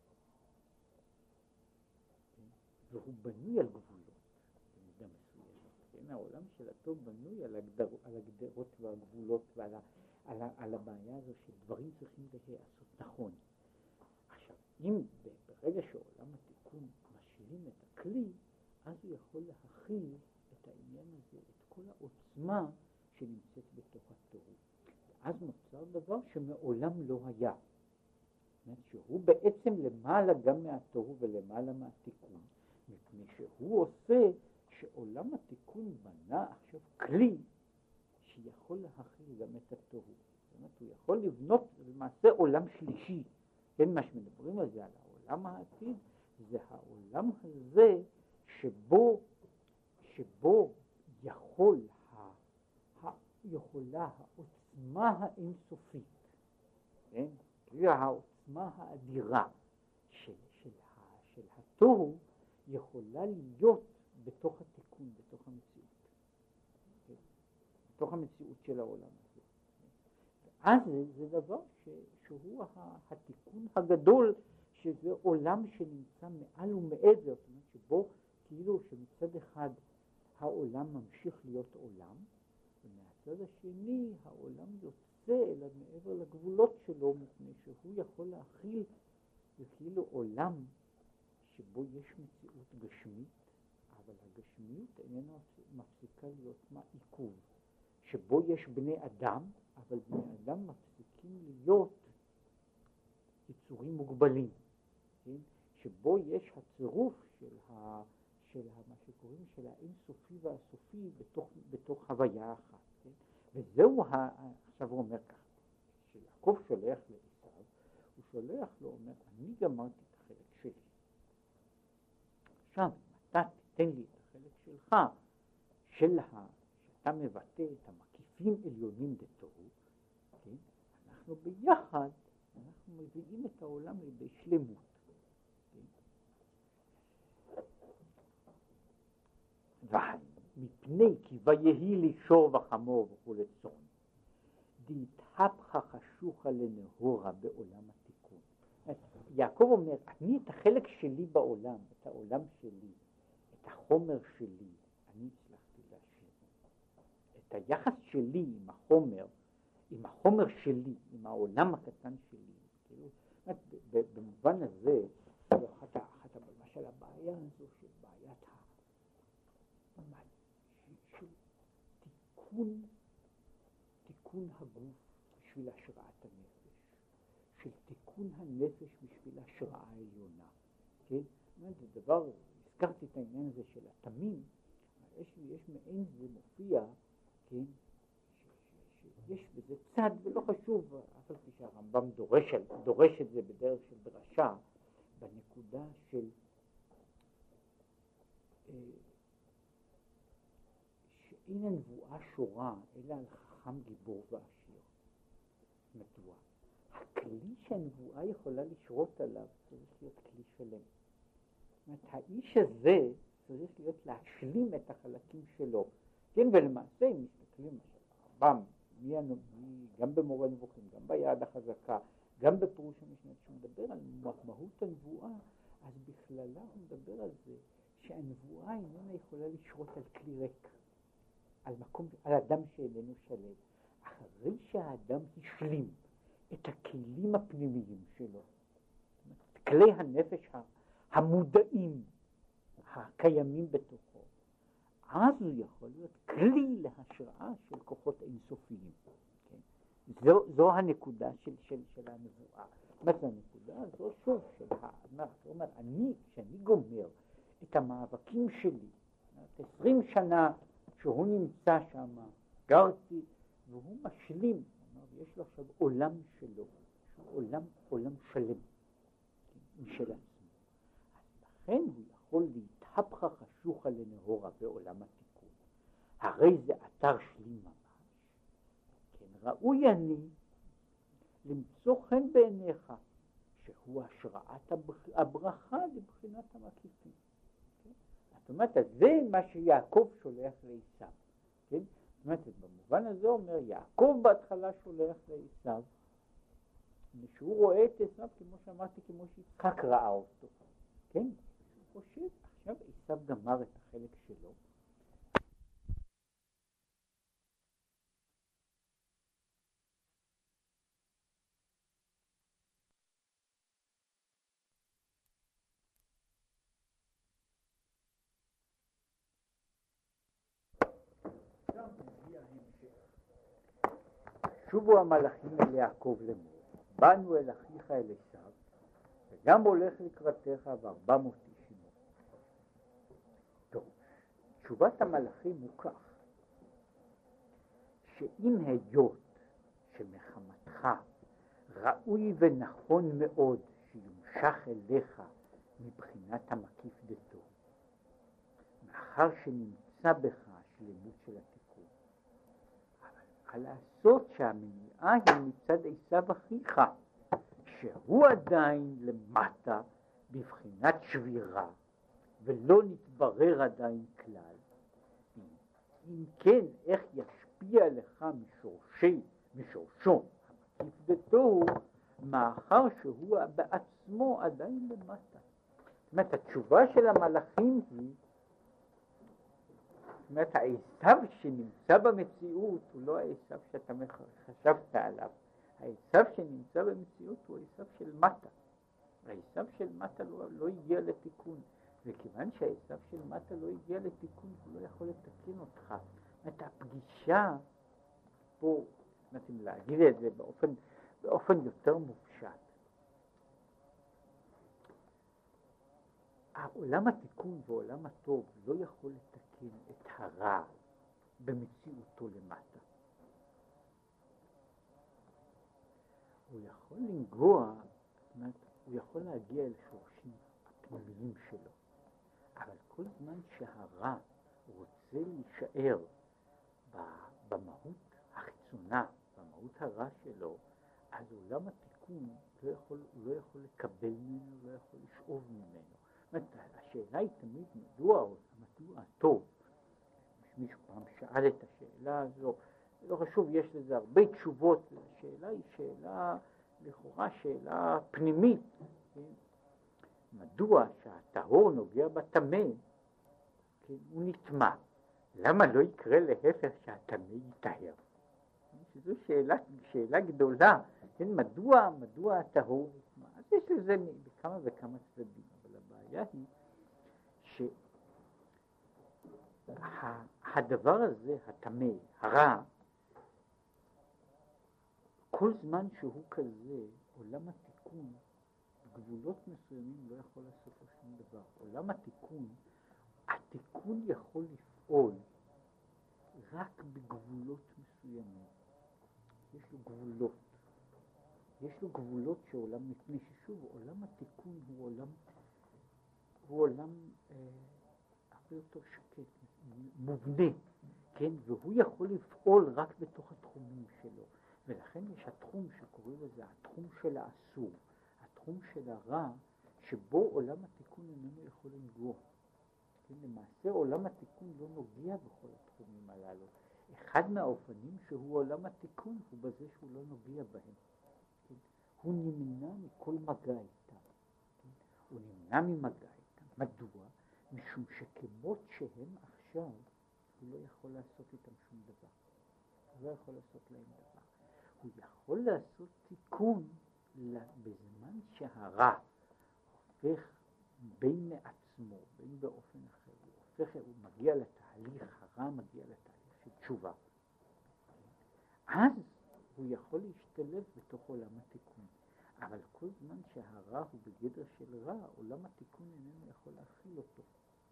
והוא בנוי על גבולות, במידה מסוימת. העולם של הטוב בנוי על הגדרות והגבולות ועל הבעיה הזו שדברים צריכים להיעשות נכון. עכשיו, אם ברגע שעולם התיקון משלים את הכלי, אז הוא יכול להכיל את העניין הזה, את כל העוצמה שנמצאת בתוך התוהו. ואז נוצר דבר שמעולם לא היה. זאת אומרת שהוא בעצם למעלה גם מהתוהו ולמעלה מהתיקון, מפני שהוא עושה שעולם התיקון בנה עכשיו כלי שיכול להכיל גם את התוהו. זאת אומרת, הוא יכול לבנות למעשה עולם שלישי. כן, מה שמדברים על זה, על העולם העתיד, זה העולם הזה שבו יכולה העוצמה האינסופית, כן? העוצמה האדירה של התוהו יכולה להיות בתוך התיקון, בתוך המציאות. כן? בתוך המציאות של העולם הזה. אז זה דבר שהוא התיקון הגדול, שזה עולם שנמצא מעל ומעבר, זאת אומרת שבו כאילו שמצד אחד העולם ממשיך להיות עולם, ומהצד השני העולם יוצא אל מעבר לגבולות שלו, מפני שהוא יכול להכיל כאילו עולם שבו יש מציאות גשמית, אבל הגשמיות איננה מפסיקה להיות עיכוב, שבו יש בני אדם, אבל בני אדם מפסיקים להיות יצורים מוגבלים, כן? שבו יש הצירוף של מה שקוראים של האינסופי והסופי בתוך הוויה אחת, כן? וזהו עכשיו הוא אומר ככה, שיעקב שולח לעשיו, הוא שולח לו, אומר, אני גמרתי את החלק שלי, עכשיו אתה תיתן לי את החלק שלך, שאתה מבטא את המקיפים עליונים בתוהו, כן? אנחנו ביחד, אנחנו מביאים את העולם לידי שלמות. והיינו, מפני כי ויהי לי שור וחמור וכו' צאן, דהתהפכה חשוכה לנהורה בעולם התיקון. יעקב אומר, אני את החלק שלי בעולם, את העולם שלי, את החומר שלי, אני הצלחתי להשלים. את היחס שלי עם החומר שלי, עם העולם הקטן שלי. במובן הזה, אחת למשל הבעיה הזו של בעיית של תיקון הגוף בשביל השראת הנפש, של תיקון הנפש בשביל השראה העליונה. כן? זה דבר, הזכרתי את העניין הזה של התמים, יש מעין זה מופיע, כן? יש בזה צד ולא חשוב, אף על פי שהרמב"ם דורש את זה בדרך של דרשה, בנקודה של שאין הנבואה שורה אלא על חכם גיבור ועשיר. מדוע? הכלי שהנבואה יכולה לשרות עליו צריך להיות כלי שלם. זאת אומרת, האיש הזה צריך להיות להשלים את החלקים שלו. כן, ולמעשה אם מסתכלים הרמב"ם, גם במורה נבוכים, גם ביד החזקה, גם בפירוש המשנה, כשהוא מדבר על מהות הנבואה, אז בכללה הוא מדבר על זה שהנבואה איננה יכולה לשרות על כלי ריק, על אדם שאיננו שלם. אחרי שהאדם השלים את הכלים הפנימיים שלו, את כלי הנפש המודעים הקיימים בתוכו, אז הוא יכול להיות כלי להשראה של כוחות אינסופיים. כן? זו הנקודה של הנבואה. מה זה הנקודה? זו שוב של אומר, כשאני גומר את המאבקים שלי, 20 שנה שהוא נמצא שם, גרתי, והוא משלים, יש לו עכשיו עולם שלו, עולם שלם, משל עצמו. אז לכן הוא יכול להתהפכה חשוכה לנהורה בעולם התיקון. הרי זה אתר שלי ממש. כן, ראוי אני למצוא חן בעיניך, שהוא השראת הברכה לבחינת המקיפים. כן? זאת אומרת, זה מה שיעקב שולח לעשיו. כן? זאת אומרת, במובן הזה אומר, יעקב בהתחלה שולח לעשיו, ושהוא רואה את עשיו, כמו שאמרתי, כמו שיצחק ראה אותו. כן? הוא חושב, עכשיו עשיו גמר את החלק שלו, שובו המלאכים אל יעקב לאמור, באנו אל אחיך אל עשיו, וגם הולך לקראתך ו400 איש עמו. טוב, תשובת המלאכים הוא כך, שאם היות שמחמתך ראוי ונכון מאוד שיומשך אליך מבחינת המקיף דתו, מאחר שנמצא בך השלמות של התיקון, אבל לעשות שהמניעה היא מצד עשיו אחיך, שהוא עדיין למטה בבחינת שבירה, ולא נתברר עדיין כלל. אם כן, איך ישפיע לך משורשו המקיף דתו, מאחר שהוא בעצמו עדיין למטה. זאת אומרת, התשובה של המלאכים היא, זאת אומרת, העשיו שנמצא במציאות הוא לא העשיו שאתה חשבת עליו. העשיו שנמצא במציאות הוא העשיו של מטה. העשיו של מטה לא הגיע לתיקון. וכיוון שהעשיו של מטה לא הגיע לתיקון, הוא לא יכול לתקן אותך. זאת אומרת, הפגישה פה, זאת אומרת, להגיד את זה באופן יותר מופשט. העולם התיקון ועולם הטוב לא יכול לתקן את הרע במציאותו למטה. הוא יכול לנגוע, זאת אומרת, הוא יכול להגיע אל שורשים הפנימיים שלו, אבל כל זמן שהרע רוצה להישאר במהות החיצונה, במהות הרע שלו, אז עולם התיקון לא יכול לקבל ממנו, לא יכול לשאוב ממנו. השאלה היא תמיד מדוע הטוב, שאל את השאלה הזו, לא חשוב, יש לזה הרבה תשובות, השאלה היא שאלה, לכאורה שאלה פנימית, כן? מדוע שהטהור נוגע בטמא, כן? הוא נטמע, למה לא יקרה להפך שהטמא יטהר? שזו שאלה גדולה, כן? מדוע הטהור נטמע? אז יש לזה כמה וכמה צדדים, אבל הבעיה היא שהדבר הזה, הטמא, הרע, כל זמן שהוא כזה, עולם התיקון, בגבולות מסוימים לא יכול לעשות לו שום דבר. עולם התיקון יכול לפעול רק בגבולות מסוימים. יש לו גבולות. יש לו גבולות שעולם, מפני ששוב, עולם התיקון הוא עולם הרבה יותר שקט, מובנה, כן? והוא יכול לפעול רק בתוך התחומים שלו. ולכן יש התחום שקוראים לזה התחום של האסור, התחום של הרע, שבו עולם התיקון איננו יכול לנגוע. כן? למעשה עולם התיקון לא נוגע בכל התחומים הללו. אחד מהאופנים שהוא עולם התיקון הוא בזה שהוא לא נוגע בהם. כן? הוא נמנע מכל מגע איתם. כן? הוא נמנע ממגע איתם. מדוע? משום שכמות שהם עכשיו, הוא לא יכול לעשות איתם שום דבר. הוא לא יכול לעשות להם דבר. הוא יכול לעשות תיקון בזמן שהרע הופך בין מעצמו, בין באופן אחר. הוא מגיע לתהליך, הרע מגיע לתהליך של תשובה. אז הוא יכול להשתלב בתוך עולם התיקון. אבל כל זמן שהרע הוא בגדר של רע, עולם התיקון איננו יכול להכיל אותו.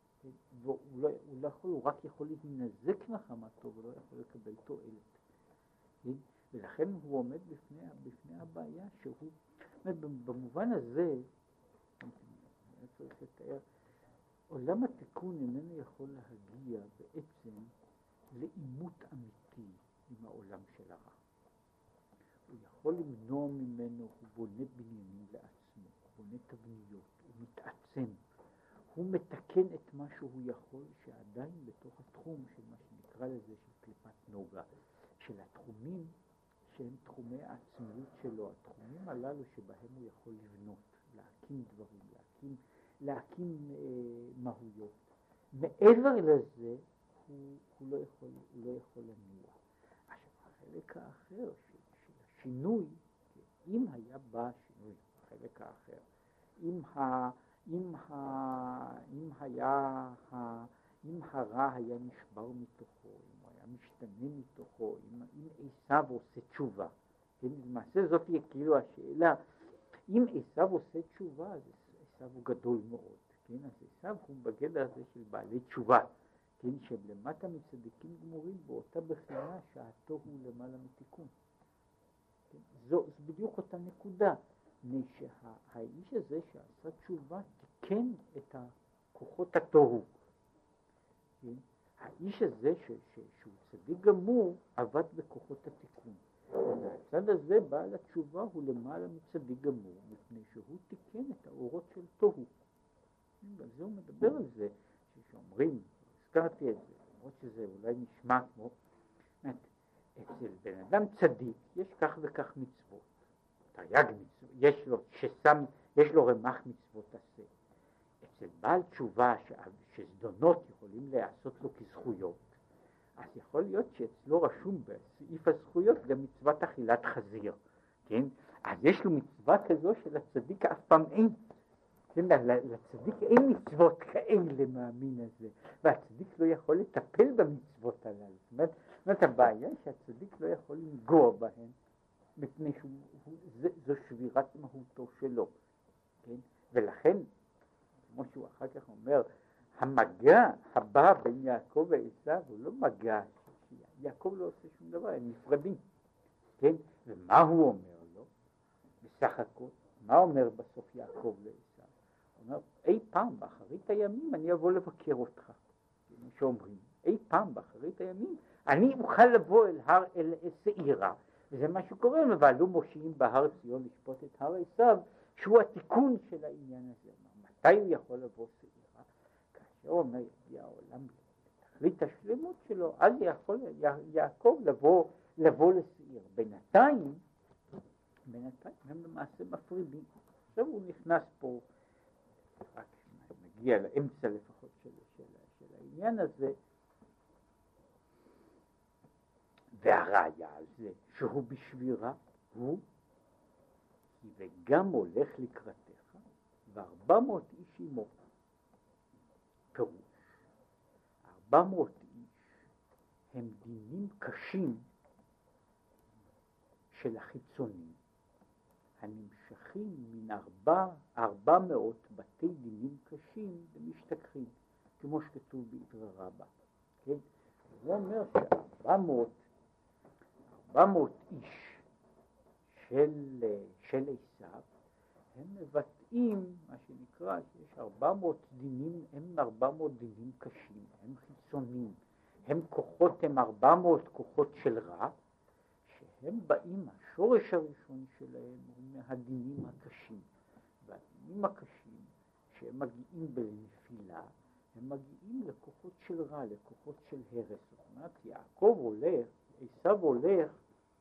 הוא רק יכול להתנזק מחמתו ולא יכול לקבל תועלת. ולכן הוא עומד בפני הבעיה שהוא, במובן הזה, צריך לתאר, עולם התיקון איננו יכול להגיע בעצם לעימות אמיתי עם העולם של הרע. הוא יכול למנוע ממנו, הוא בונה בניינים לעצמו, הוא בונה תבניות, הוא מתעצם, הוא מתקן את מה שהוא יכול, שעדיין בתוך התחום של מה שנקרא לזה של קליפת נוגה, של התחומים שהם תחומי העצמיות שלו, התחומים הללו שבהם הוא יכול לבנות, להקים דברים, להקים מהויות. מעבר לזה הוא לא יכול לנוע. עכשיו, החלק האחר של השינוי, אם היה בא שינוי, החלק האחר, אם הרע היה נשבר מתוכו, אם הוא היה משתנה מתוכו, אם עשיו עושה תשובה, כן? למעשה זאת היא כאילו השאלה, אם עשיו עושה תשובה, אז עשיו הוא גדול מאוד, כן? אז עשיו הוא בגדר הזה של בעלי תשובה, כן? שלמטה מצדיקים גמורים באותה בחינה שעתו הוא למעלה מתיקון. כן? זו בדיוק אותה נקודה. שהאיש הזה שעשה תשובה תיקן את הכוחות התוהו. כן? האיש הזה שהוא צדיק גמור עבד בכוחות התיקון. והצד הזה בעל התשובה הוא למעלה מצדיק גמור, מפני שהוא תיקן את האורות של תוהו. ועל זה הוא מדבר על זה, שאומרים, הזכרתי את זה, למרות שזה אולי נשמע כמו, אצל בן אדם צדיק יש כך וכך מצוות. תרי"ג מצוות, יש לו רמ"ח מצוות עשה. אצל בעל תשובה שזדונות יכולים לעשות לו כזכויות, אז יכול להיות שאצלו רשום בסעיף הזכויות גם מצוות אכילת חזיר, כן? אז יש לו מצווה כזו שלצדיק אף פעם אין. כן? לצדיק אין מצוות כאלה מהמין הזה, והצדיק לא יכול לטפל במצוות הללו. זאת אומרת, הבעיה שהצדיק לא יכול לנגוע בהן, מפני שזו שבירת מהותו שלו, כן? ולכן, כמו שהוא אחר כך אומר, המגע הבא בין יעקב ועשיו הוא לא מגע, יעקב לא עושה שום דבר, הם נפרדים, כן? ומה הוא אומר לו? בסך הכל, מה אומר בסוף יעקב לעשיו? הוא אומר, אי פעם באחרית הימים אני אבוא לבקר אותך, כמו שאומרים, אי פעם באחרית הימים אני אוכל לבוא אל שעירה, וזה מה שקורה, ועלו מושיעים בהר ציון לשפוט את הר עשיו, שהוא התיקון של העניין הזה. מתי הוא יכול לבוא שעירה? כאשר הוא אומר, יגיע העולם תכלית השלמות שלו, אז יכול יעקב לבוא לשעיר. בינתיים הם למעשה מפרידים. עכשיו הוא נכנס פה, רק מגיע לאמצע לפחות של העניין הזה, והראיה על זה שהוא בשבירה הוא כי וגם הולך לקראתך ו400 איש עמו. פירוש 400 איש הם דינים קשים של החיצונים הנמשכים מן 400 בתי דינים קשים ומשתכחים, כמו שכתוב בעברי רבה. כן? הוא אומר ש400 איש של עשיו הם מבטאים מה שנקרא שיש 400 דינים, הם 400 דינים קשים, הם חיצוניים, הם 400 כוחות של רע, שהם באים, השורש הראשון שלהם הוא מהדינים הקשים, והדינים הקשים שהם מגיעים בנפילה, הם מגיעים לכוחות של רע, לכוחות של הרס. זאת אומרת, יעקב הולך, עשיו הולך,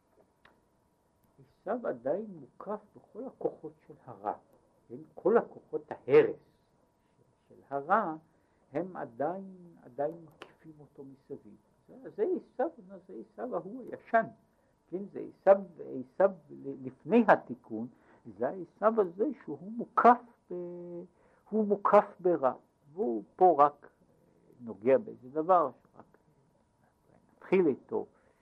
עשיו עדיין מוקף בכל הכוחות של הרע, כן? כל הכוחות ההרס של הרע הם עדיין מקיפים אותו מסביב. זה עשיו ההוא הישן, כן? זה עשיו לפני התיקון, זה עשיו הזה שהוא מוקף ברע, והוא פה רק נוגע באיזה דבר, שרק נתחיל איתו.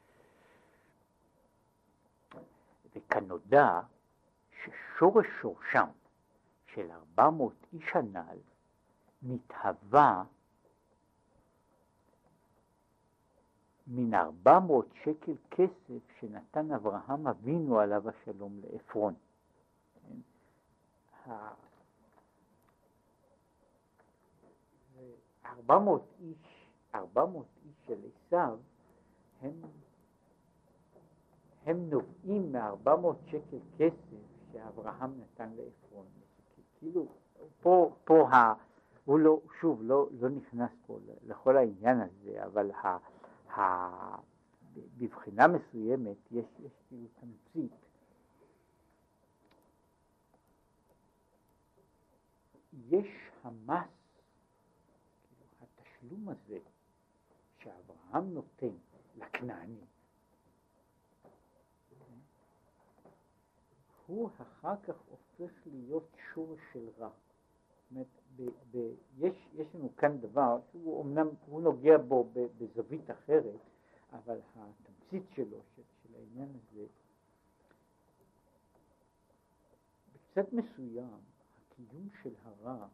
וכנודע ששורש שורשם של 400 איש הנ"ל נתהווה מן 400 שקל כסף שנתן אברהם אבינו עליו השלום לעפרון. 400 איש של עשיו הם נובעים מ400 שקל כסף שאברהם נתן לעפרון. כאילו פה הוא לא נכנס פה לכל העניין הזה, אבל בבחינה מסוימת יש כאילו תמצית. יש המס, התשלום הזה שאברהם נותן לכנעני, הוא אחר כך הופך להיות שורש של רע. זאת אומרת, יש לנו כאן דבר שהוא אומנם הוא נוגע בו בזווית אחרת, אבל התמצית שלו, של העניין הזה, בצד מסוים הקיום של הרע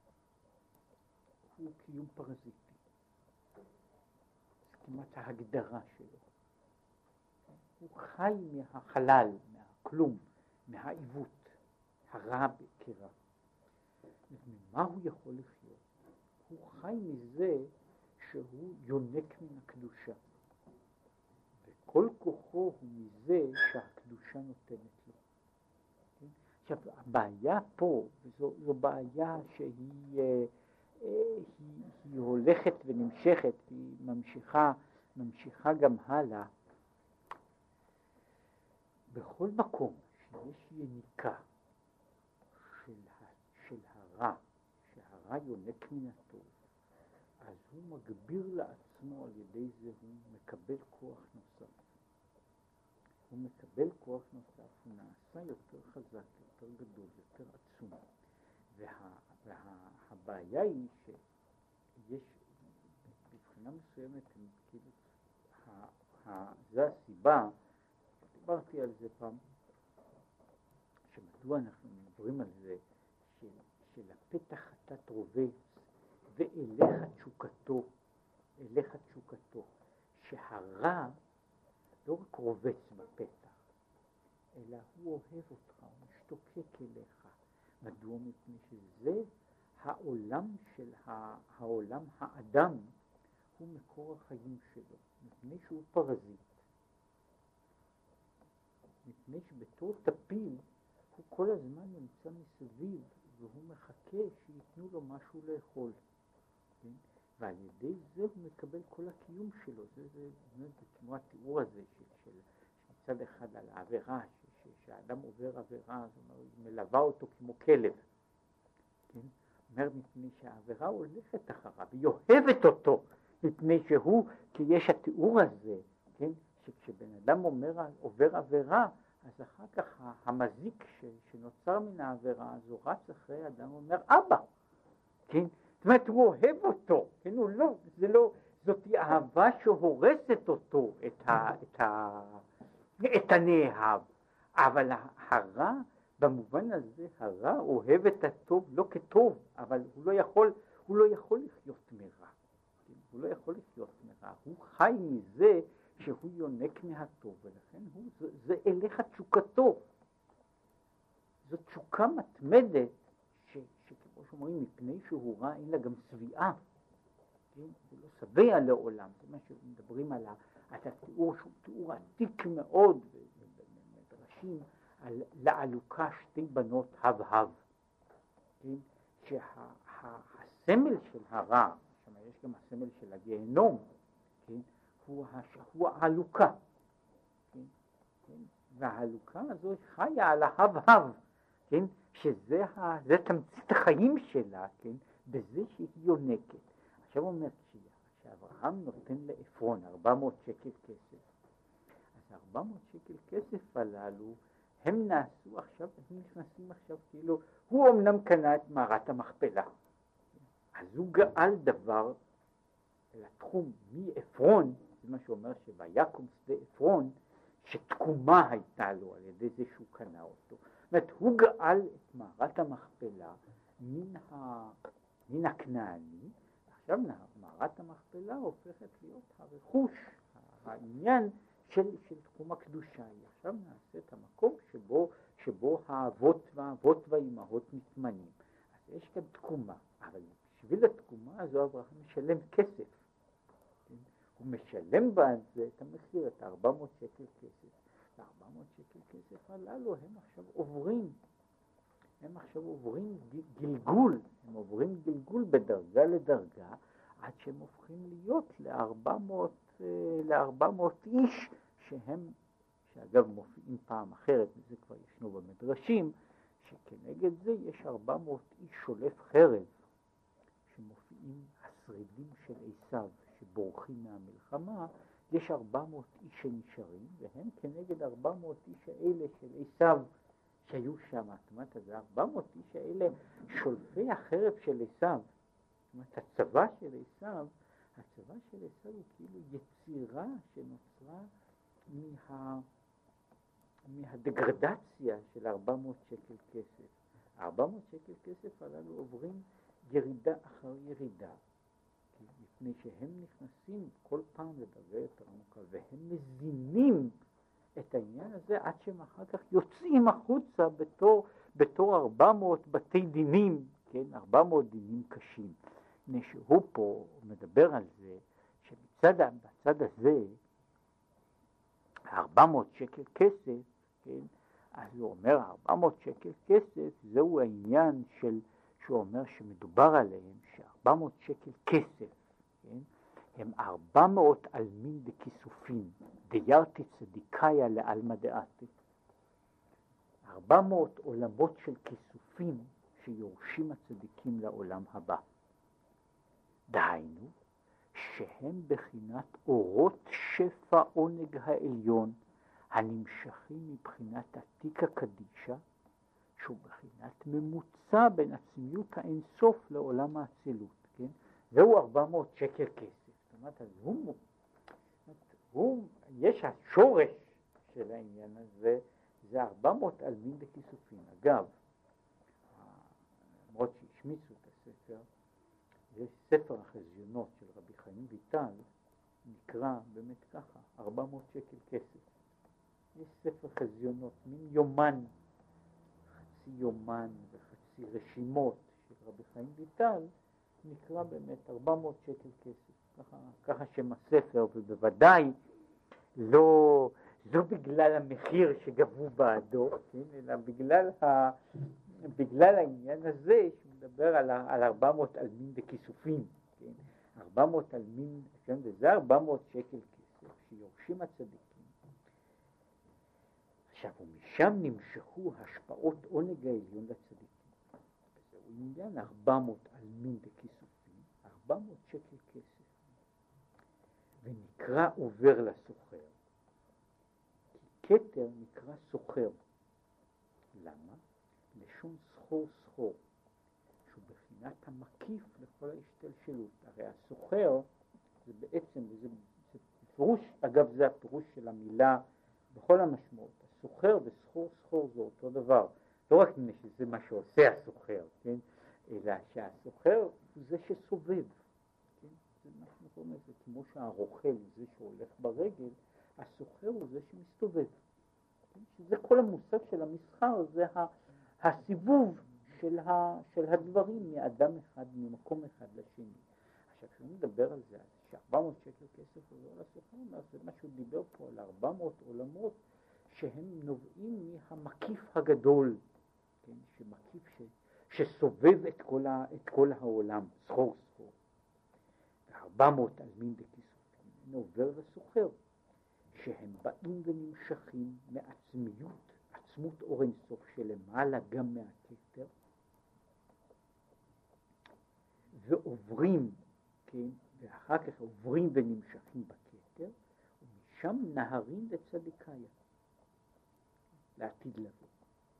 הוא קיום פרזיטי. זה כמעט ההגדרה שלו. הוא חי מהחלל, מהכלום, מהעיוות, הרע כרע. ממה הוא יכול לחיות? הוא חי מזה שהוא יונק מן הקדושה. וכל כוחו הוא מזה שהקדושה נותנת לו. עכשיו, הבעיה פה, זו בעיה שהיא הולכת ונמשכת, היא ממשיכה גם הלאה. בכל מקום שיש יניקה של הרע, שהרע יונק מן הטוב, אז הוא מגביר לעצמו על ידי זה, הוא מקבל כוח נוסף. הוא מקבל כוח נוסף, הוא נעשה יותר חזק, יותר גדול, יותר עצום. והבעיה היא שיש, בבחינה מסוימת, כאילו, זו הסיבה, דיברתי על זה פעם, שמדוע אנחנו מדברים על זה, שלפתח חטאת רובץ, ואליך תשוקתו, שהרע לא רק רובץ בפתח, אלא הוא אוהב אותך, הוא משתוקק אליך. מדוע? מפני שזה העולם העולם האדם הוא מקור החיים שלו, מפני שהוא פרזיט. מפני שבתור טפיל הוא כל הזמן נמצא מסביב והוא מחכה שיתנו לו משהו לאכול. כן? ועל ידי זה הוא מקבל כל הקיום שלו. זה כמו התיאור הזה של מצד אחד על העבירה, שהאדם עובר עבירה, זאת אומרת, היא מלווה אותו כמו כלב. כן? אומר מפני שהעבירה הולכת אחריו, היא אוהבת אותו, מפני שהוא, כי יש התיאור הזה, כן? שכשבן אדם עובר עבירה, אז אחר כך המזיק שנוצר מן העבירה הזו רץ אחרי אדם ואומר אבא, כן? זאת אומרת הוא אוהב אותו, כן? הוא לא, זה לא, זאת אהבה שהורסת אותו, את הנאהב, אבל הרע, במובן הזה הרע אוהב את הטוב לא כטוב, אבל הוא לא יכול לחיות מרע, כן? הוא לא יכול לחיות מרע, הוא חי מזה שהוא יונק מהטוב, ולכן זה אליך תשוקתו. זו תשוקה מתמדת, שכמו שאומרים, מפני שהוא רע אין לה גם שביעה, כן? הוא לא שבע לעולם. זה מה שמדברים על התיאור, שהוא תיאור עתיק מאוד, מדרשים על לעלוקה שתי בנות הב-הב, כן? שהסמל של הרע, יש גם הסמל של הגיהנום, כן? הוא העלוקה, כן? כן? והעלוקה הזו חיה על ההב-הב, כן? שזה תמצית החיים שלה, כן? בזה שהיא יונקת. עכשיו אומר שאברהם נותן לאפרון 400 שקל כסף, אז 400 שקל כסף הללו הם נעשו עכשיו, הם נכנסים עכשיו כאילו, הוא אמנם קנה את מערת המכפלה, אז הוא גאל דבר לתחום מאפרון, זה מה שאומר שויקום שדה אפרון, שתקומה הייתה לו על ידי זה שהוא קנה אותו. זאת אומרת, הוא גאל את מערת המכפלה מן הכנעני, עכשיו מערת המכפלה הופכת להיות הרכוש, העניין של תחום הקדושה. עכשיו נעשה את המקום שבו האבות והאימהות מתמנים. אז יש כאן תקומה, אבל בשביל התקומה הזו אברהם משלם כסף. הוא משלם בעד זה את המחיר, את 400 שקל כסף. ו-400 שקל כסף הללו הם עכשיו עוברים גלגול, הם עוברים גלגול בדרגה לדרגה, עד שהם הופכים להיות ל-400 איש, שאגב מופיעים פעם אחרת, וזה כבר ישנו במדרשים, שכנגד זה יש 400 איש שולף חרב, שמופיעים השרידים של עשיו, שבורחים מהמלחמה. יש 400 איש שנשארים, והם כנגד 400 איש האלה של עשיו שהיו שם. זאת אומרת, אז 400 איש האלה שולפי החרב של עשיו. זאת אומרת, הצבא של עשיו הוא כאילו יצירה שנוצרה מהדגרדציה של 400 שקל כסף. 400 שקל כסף הללו עוברים ירידה אחר ירידה, מפני שהם נכנסים כל פעם לדרגה יותר עמוקה, והם מזינים את העניין הזה עד שהם אחר כך יוצאים החוצה בתור 400 בתי דינים, כן? 400 דינים קשים. מפני שהוא פה מדבר על זה שבצד הזה 400 שקל כסף, כן? אז הוא אומר 400 שקל כסף זהו העניין שהוא אומר שמדובר עליהם, ש400 שקל כסף, כן? הם 400 אלמין דכיסופים, דיירתי צדיקאיה לעלמא דעתי. 400 עולמות של כיסופים שיורשים הצדיקים לעולם הבא. דהיינו, שהם בחינת אורות שפע עונג העליון, הנמשכים מבחינת עתיק הקדישה, שהוא בחינת ממוצע בין עצמיות האינסוף לעולם האצילות, כן? זהו 400 שקל כסף. זאת אומרת, אז יש השורש של העניין הזה, זה 400 אלמין דכיסופים. אגב, למרות שהשמיצו את הספר, יש ספר החזיונות של רבי חיים ויטל, נקרא באמת ככה, 400 שקל כסף. יש ספר חזיונות, מין יומן, חצי יומן וחצי רשימות של רבי חיים ויטל, נקרא באמת 400 שקל כסף. ככה שם הספר, ובוודאי לא בגלל המחיר שגבו בעדו, כן? אלא בגלל העניין הזה שמדבר על 400 אלמין דכיסופים, כן? 400 עלמין, וזה 400 שקל כסף שיורשים הצדיקים. עכשיו, ומשם נמשכו השפעות עונג העליון לצדיקים. זהו עניין 400 עלמין בכיסופים, 400 שקל כסף. ונקרא עובר לסוחר. כתר נקרא סוחר. למה? לשון סחור סחור, שהוא בחינת המקיף לכל ההשתלשלות. הרי הסוחר זה בעצם, זה פירוש, אגב זה הפירוש של המילה בכל המשמעות. הסוחר וסחור סחור זה אותו דבר. לא רק שזה מה שעושה הסוחר, כן? אלא שהסוחר הוא זה שסובב. כן? זה מה שאנחנו קוראים לזה, כמו שהרוכל זה שהולך ברגל, הסוחר הוא זה שמסתובב. כן? שזה כל המושג של המסחר, זה הסיבוב של הדברים מאדם אחד, ממקום אחד לשני. עכשיו, כשאני מדבר על זה, ש400 שקל כסף עובר לסוחר, זה מה שהוא דיבר פה על 400 עולמות שהם נובעים מהמקיף הגדול, כן? שמקיף שסובב את כל העולם, סחור סחור. 400 עלמין בכיסופים עובר לסוחר, שהם באים ונמשכים מעצמיות, עצמות אור אינסוף שלמעלה גם מהכתר, ועוברים, כן, ואחר כך עוברים ונמשכים בכתר, ומשם נהרים לצדיקיה, לעתיד לבוא.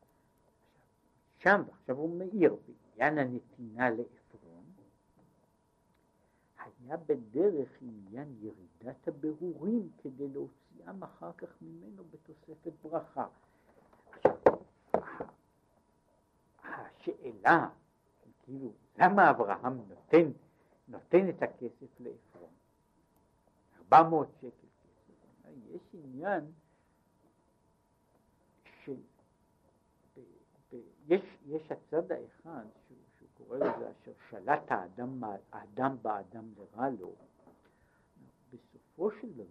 שם, ועכשיו הוא מאיר, בעניין הנתינה לעפרון, היה בדרך עניין ירידת הבירורים כדי להוציאם אחר כך ממנו בתוספת ברכה. עכשיו, השאלה, כאילו, למה אברהם נותן את הכסף לעפרון? 400 שקל כסף. יש עניין יש הצד האחד שהוא קורא לזה אשר שלט האדם באדם לרע לו. בסופו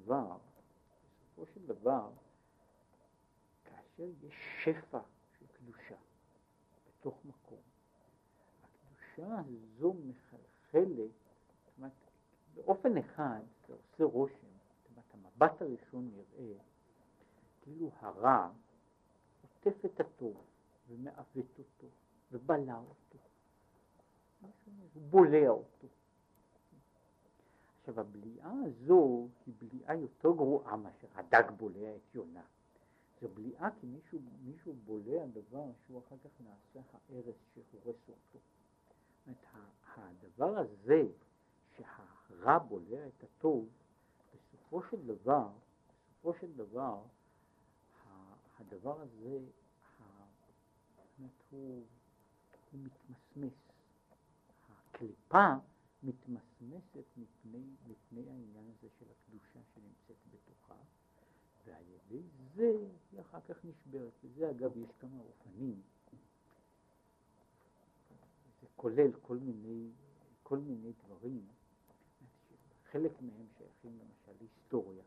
של דבר כאשר יש שפע של קדושה בתוך מקום, הקדושה הזו מחלחלת, זאת אומרת, באופן אחד זה עושה רושם, זאת אומרת, המבט הראשון נראה כאילו הרע עוטף את הטוב ומעוות אותו ובלע אותו, הוא בולע אותו. עכשיו, הבליעה הזו היא בליעה יותר גרועה מאשר הדג בולע את יונה. זו בליעה כי מישהו בולע דבר שהוא אחר כך נעשה הארץ שהורס אותו. זאת אומרת, הדבר הזה שהרע בולע את הטוב, בסופו של דבר הדבר הזה הוא מתמסמס. הקליפה מתמסמסת מפני העניין הזה של הקדושה שנמצאת בתוכה, ועל ידי זה היא אחר כך נשברת. וזה אגב יש כמה אופנים, זה כולל כל מיני דברים, חלק מהם שייכים למשל להיסטוריה.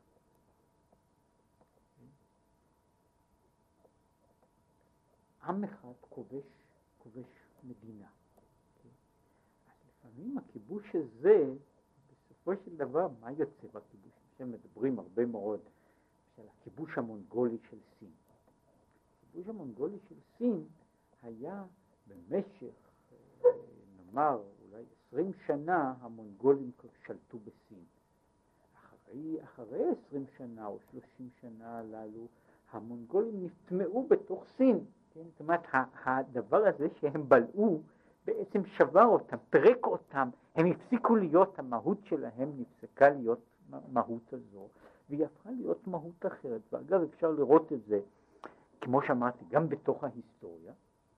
עם אחד כובש מדינה. אז לפעמים הכיבוש הזה, בסופו של דבר, מה יוצא בכיבוש? הם מדברים הרבה מאוד של הכיבוש המונגולי של סין. הכיבוש המונגולי של סין היה במשך, נאמר, אולי 20 שנה המונגולים שלטו בסין. אחרי 20 שנה או 30 שנה הללו, המונגולים נטמעו בתוך סין. זאת אומרת, הדבר הזה שהם בלעו בעצם שבר אותם, פרק אותם, הם הפסיקו להיות, המהות שלהם נפסקה להיות מהות הזו, והיא הפכה להיות מהות אחרת. ואגב, אפשר לראות את זה, כמו שאמרתי, גם בתוך ההיסטוריה,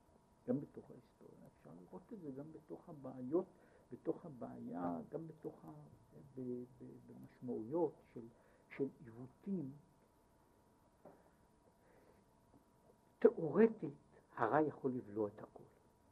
אפשר לראות את זה גם בתוך הבעיות, גם במשמעויות של עיוותים. תיאורטית הרע יכול לבלוע את הכל,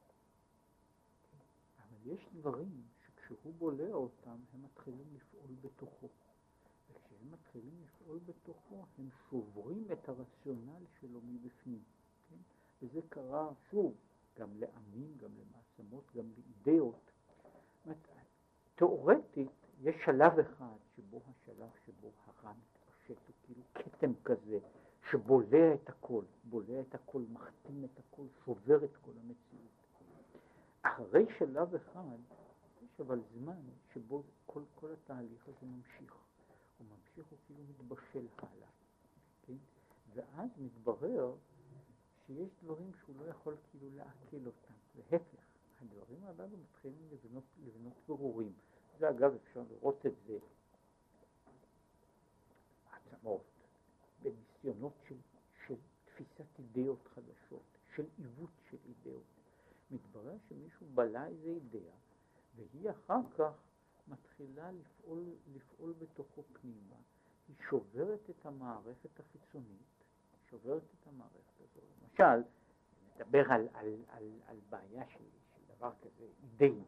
אבל יש דברים שכשהוא בולע אותם הם מתחילים לפעול בתוכו, וכשהם מתחילים לפעול בתוכו הם שוברים את הרציונל שלו מבפנים, כן? וזה קרה שוב גם לעמים, גם למעצמות, גם לאידאות. תיאורטית יש שלב אחד שבו השלב שבו הרע מתפשט, הוא כאילו כתם כזה שבולע את הכל, מכתים את הכל, שובר את כל המציאות. אחרי שלב אחד יש אבל זמן שבו כל התהליך הזה ממשיך. הוא ממשיך, הוא כאילו מתבשל הלאה. כן? ואז מתברר שיש דברים שהוא לא יכול כאילו לעכל אותם. להפך, הדברים הללו מתחילים לבנות ברורים. זה אגב אפשר לראות את זה עצמות, בניסיונות של תפיסת אידאות חדשות, של עיוות של אידאות. מתברר שמישהו בלע איזה אידאה, והיא אחר כך מתחילה לפעול בתוכו פנימה. היא שוברת את המערכת החיצונית, שוברת את המערכת הזאת. למשל, נדבר על בעיה של דבר כזה, אידאי.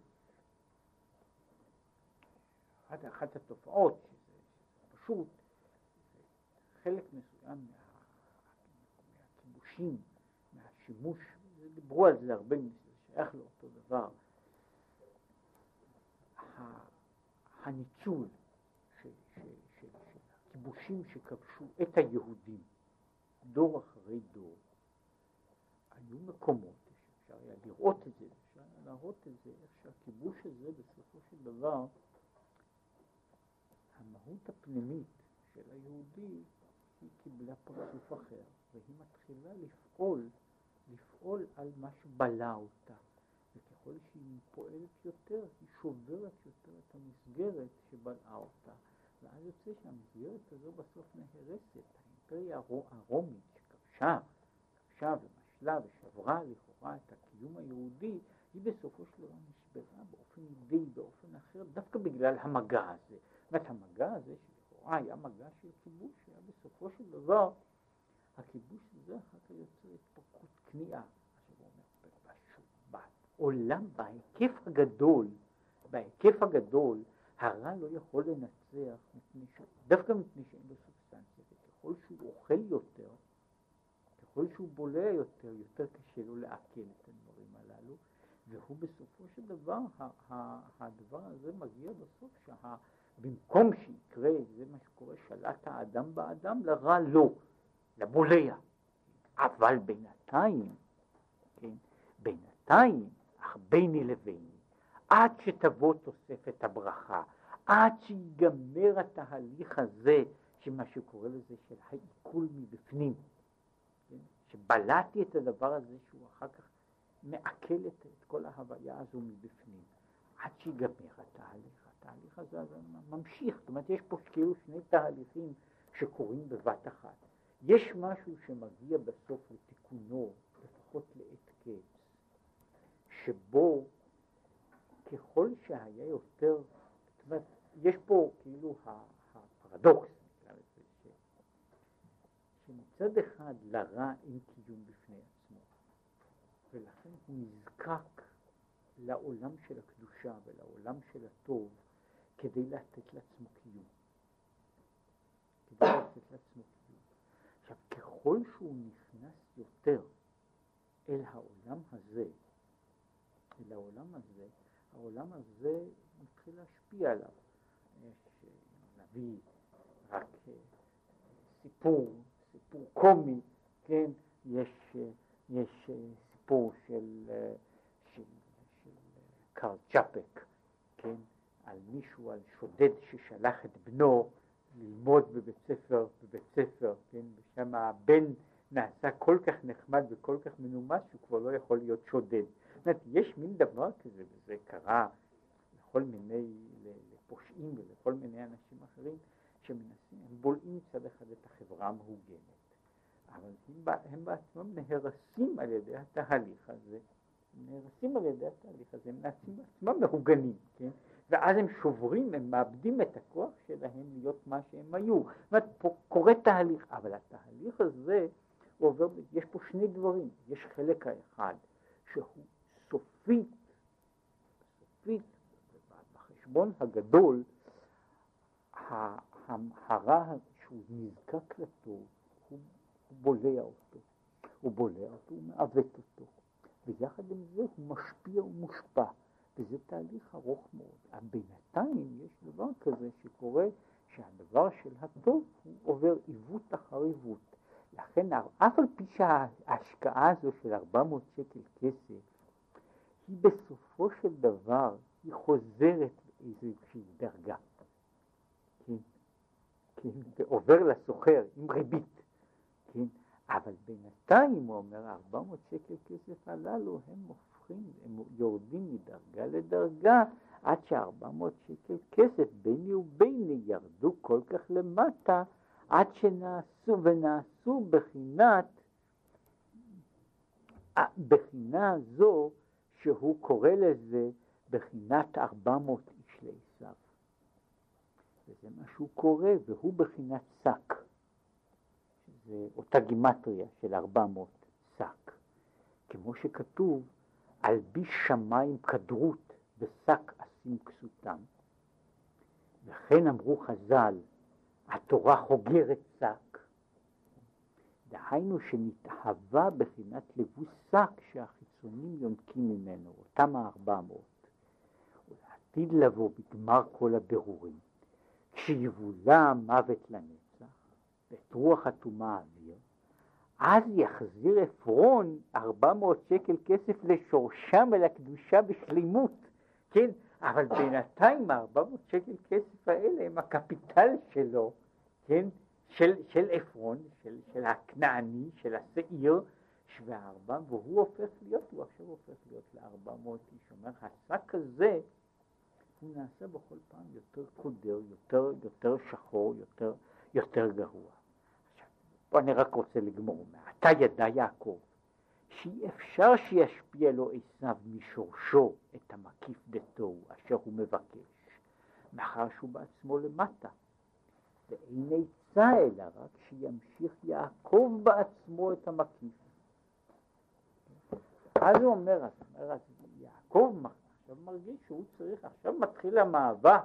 אחת התופעות, שזה פשוט, חלק מסוים מהכיבושים, מהשימוש, דיברו על זה הרבה, זה שייך לאותו דבר, הניצול של הכיבושים שכבשו את היהודים, דור אחרי דור, היו מקומות, אפשר היה לראות את זה, אפשר היה להראות את זה, איך שהכיבוש הזה בסופו של דבר, המהות הפנימית של היהודי היא קיבלה פרצוף אחר, והיא מתחילה לפעול על מה שבלע אותה, וככל שהיא פועלת יותר, היא שוברת יותר את המסגרת שבלעה אותה, ואז יוצא שהמסגרת הזו בסוף נהרסת. האימפריה הרומית שכבשה ומשלה ושברה לכאורה את הקיום היהודי, היא בסופו של דבר נשברה באופן אידאי, באופן אחר, דווקא בגלל המגע הזה. זאת אומרת, המגע הזה שלכאורה היה מגע של כיבוש, היה בסופו של דבר, הכיבוש הזה אחר כך יוצר התפרקות כניעה. בעולם, בהיקף הגדול, הרע לא יכול לנצח דווקא מפני שאין לו סובסטנציה, וככל שהוא אוכל יותר, ככל שהוא בולע יותר, יותר קשה לו לעכל את הדברים הללו, והוא בסופו של דבר, הדבר הזה מגיע בסוף במקום שיקרה, זה מה שקורה, שלט האדם באדם, לרע לא, לבולע. אבל בינתיים, כן, אך ביני לביני, עד שתבוא תוספת הברכה, עד שיגמר התהליך הזה, שמה שקורא לזה של העיכול מבפנים, כן? שבלעתי את הדבר הזה שהוא אחר כך מעכל את כל ההוויה הזו מבפנים, עד שיגמר התהליך הזה ממשיך. זאת אומרת, יש פה כאילו שני תהליכים שקורים בבת אחת. יש משהו שמגיע בסוף לתיקונו, לפחות לעת קץ, שבו ככל שהיה יותר, זאת אומרת, יש פה כאילו הפרדוקס, שמצד אחד לרע אין קיום בפני עצמו, ולכן הוא נזקק לעולם של הקדושה ולעולם של הטוב כדי לתת לעצמו קיום. עכשיו, ככל שהוא נכנס יותר אל העולם הזה, העולם הזה מתחיל להשפיע עליו. יש נביא רק סיפור קומי, כן? יש סיפור של קרל צ'אפק, כן? על מישהו, על שודד ששלח את בנו ללמוד בבית ספר, כן? ושם הבן נעשה כל כך נחמד וכל כך מנומס שהוא כבר לא יכול להיות שודד. זאת אומרת, יש מין דבר כזה, וזה קרה לכל מיני, לפושעים ולכל מיני אנשים אחרים, שמנסים, הם בולעים מצד אחד את החברה המהוגנת, אבל הם בעצמם נהרסים על ידי התהליך הזה, הם נעשים בעצמם מהוגנים, כן? ואז הם שוברים, הם מאבדים את הכוח שלהם להיות מה שהם היו. זאת אומרת, פה קורה תהליך, אבל התהליך הזה הוא עובר, יש פה שני דברים. יש חלק האחד שהוא סופית, בחשבון הגדול, הרע שהוא נזקק לטוב, הוא בולע אותו, הוא מעוות אותו, ויחד עם זה הוא משפיע ומושפע, וזה תהליך ארוך מאוד. בינתיים יש דבר דבר כזה שקורה שהדבר של הטוב הוא עובר עיוות אחר עיוות. לכן אף על פי שההשקעה הזו של 400 שקל כסף, היא בסופו של דבר, היא חוזרת באיזושהי דרגה. כן? כן? ועובר לסוחר עם ריבית. כן? אבל בינתיים, הוא אומר, 400 שקל כסף הללו, הם יורדים מדרגה לדרגה, עד ש400 שקל כסף ביני וביני ירדו כל כך למטה, עד שנעשו בחינה זו, שהוא קורא לזה בחינת 400 איש לעשיו. וזה מה שהוא קורא, והוא בחינת שק. זה אותה גימטריה של 400 שק. כמו שכתוב, על בי שמיים כדרות ושק אשים כסותם. וכן אמרו חז"ל, התורה חוגרת שק. דהיינו שנתאהבה בחינת לבוש שק שהחיצונים יונקים ממנו, אותם 400. ולעתיד לבוא בגמר כל הבירורים, כשיבולע מוות לנצח, ואת רוח הטומאה האוויר, אז יחזיר עפרון 400 שקל כסף לשורשם אל הקדושה בשלימות, כן? אבל בינתיים 400 שקל כסף האלה הם הקפיטל שלו, כן? של עפרון, של הכנעני, של השעיר, והוא הופך להיות, הוא עכשיו הופך להיות ל400 איש. אומר, השק הזה, הוא נעשה בכל פעם יותר קודר, יותר שחור, יותר גרוע. פה אני רק רוצה לגמור. אתה ידע יעקב, שאי אפשר שישפיע לו עשיו משורשו את המקיף דתו אשר הוא מבקש, מאחר שהוא בעצמו למטה. ואין עצה אלא רק שימשיך יעקב בעצמו את המקיף. אז הוא אומר, יעקב עכשיו מרגיש שהוא צריך, עכשיו מתחיל המאבק.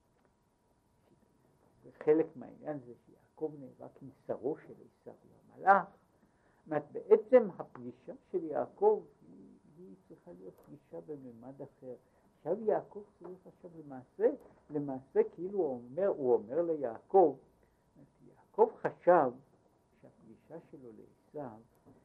וחלק מהעניין זה שיעקב נאבק עם שרו של עשיו המלאך. בעצם הפגישה של יעקב היא צריכה להיות פגישה בממד אחר. עכשיו יעקב צריך עכשיו למעשה כאילו הוא אומר ליעקב, יעקב חשב שהפגישה שלו לעשיו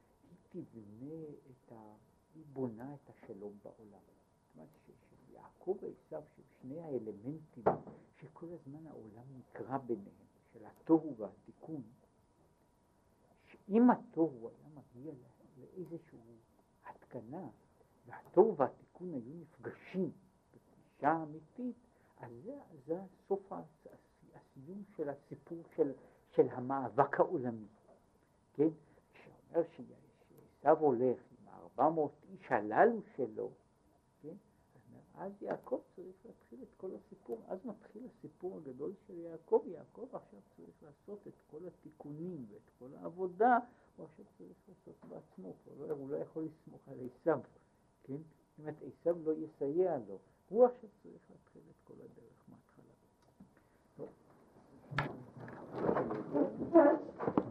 היא בונה את השלום בעולם. זאת אומרת שיעקב ועשיו, שני האלמנטים שכל הזמן העולם נקרא ביניהם, של התוהו והתיקון, שאם התוהו היה מגיע לאיזושהי התקנה, והתוהו והתיקון היו נפגשים בפגישה אמיתית, אז זה סוף הסיום של הסיפור של המאבק העולמי. כן? שאומר שעשיו הולך עם 400 איש הללו שלו, כן? אז יעקב צריך להתחיל את כל הסיפור, אז מתחיל הסיפור הגדול של יעקב. יעקב עכשיו צריך לעשות את כל התיקונים ואת כל העבודה, הוא עכשיו צריך לעשות בעצמו, הוא לא יכול לסמוך על עשיו, כן? אם את עשיו לא יסייע לו, הוא עכשיו צריך להתחיל את כל הדרך מההתחלה.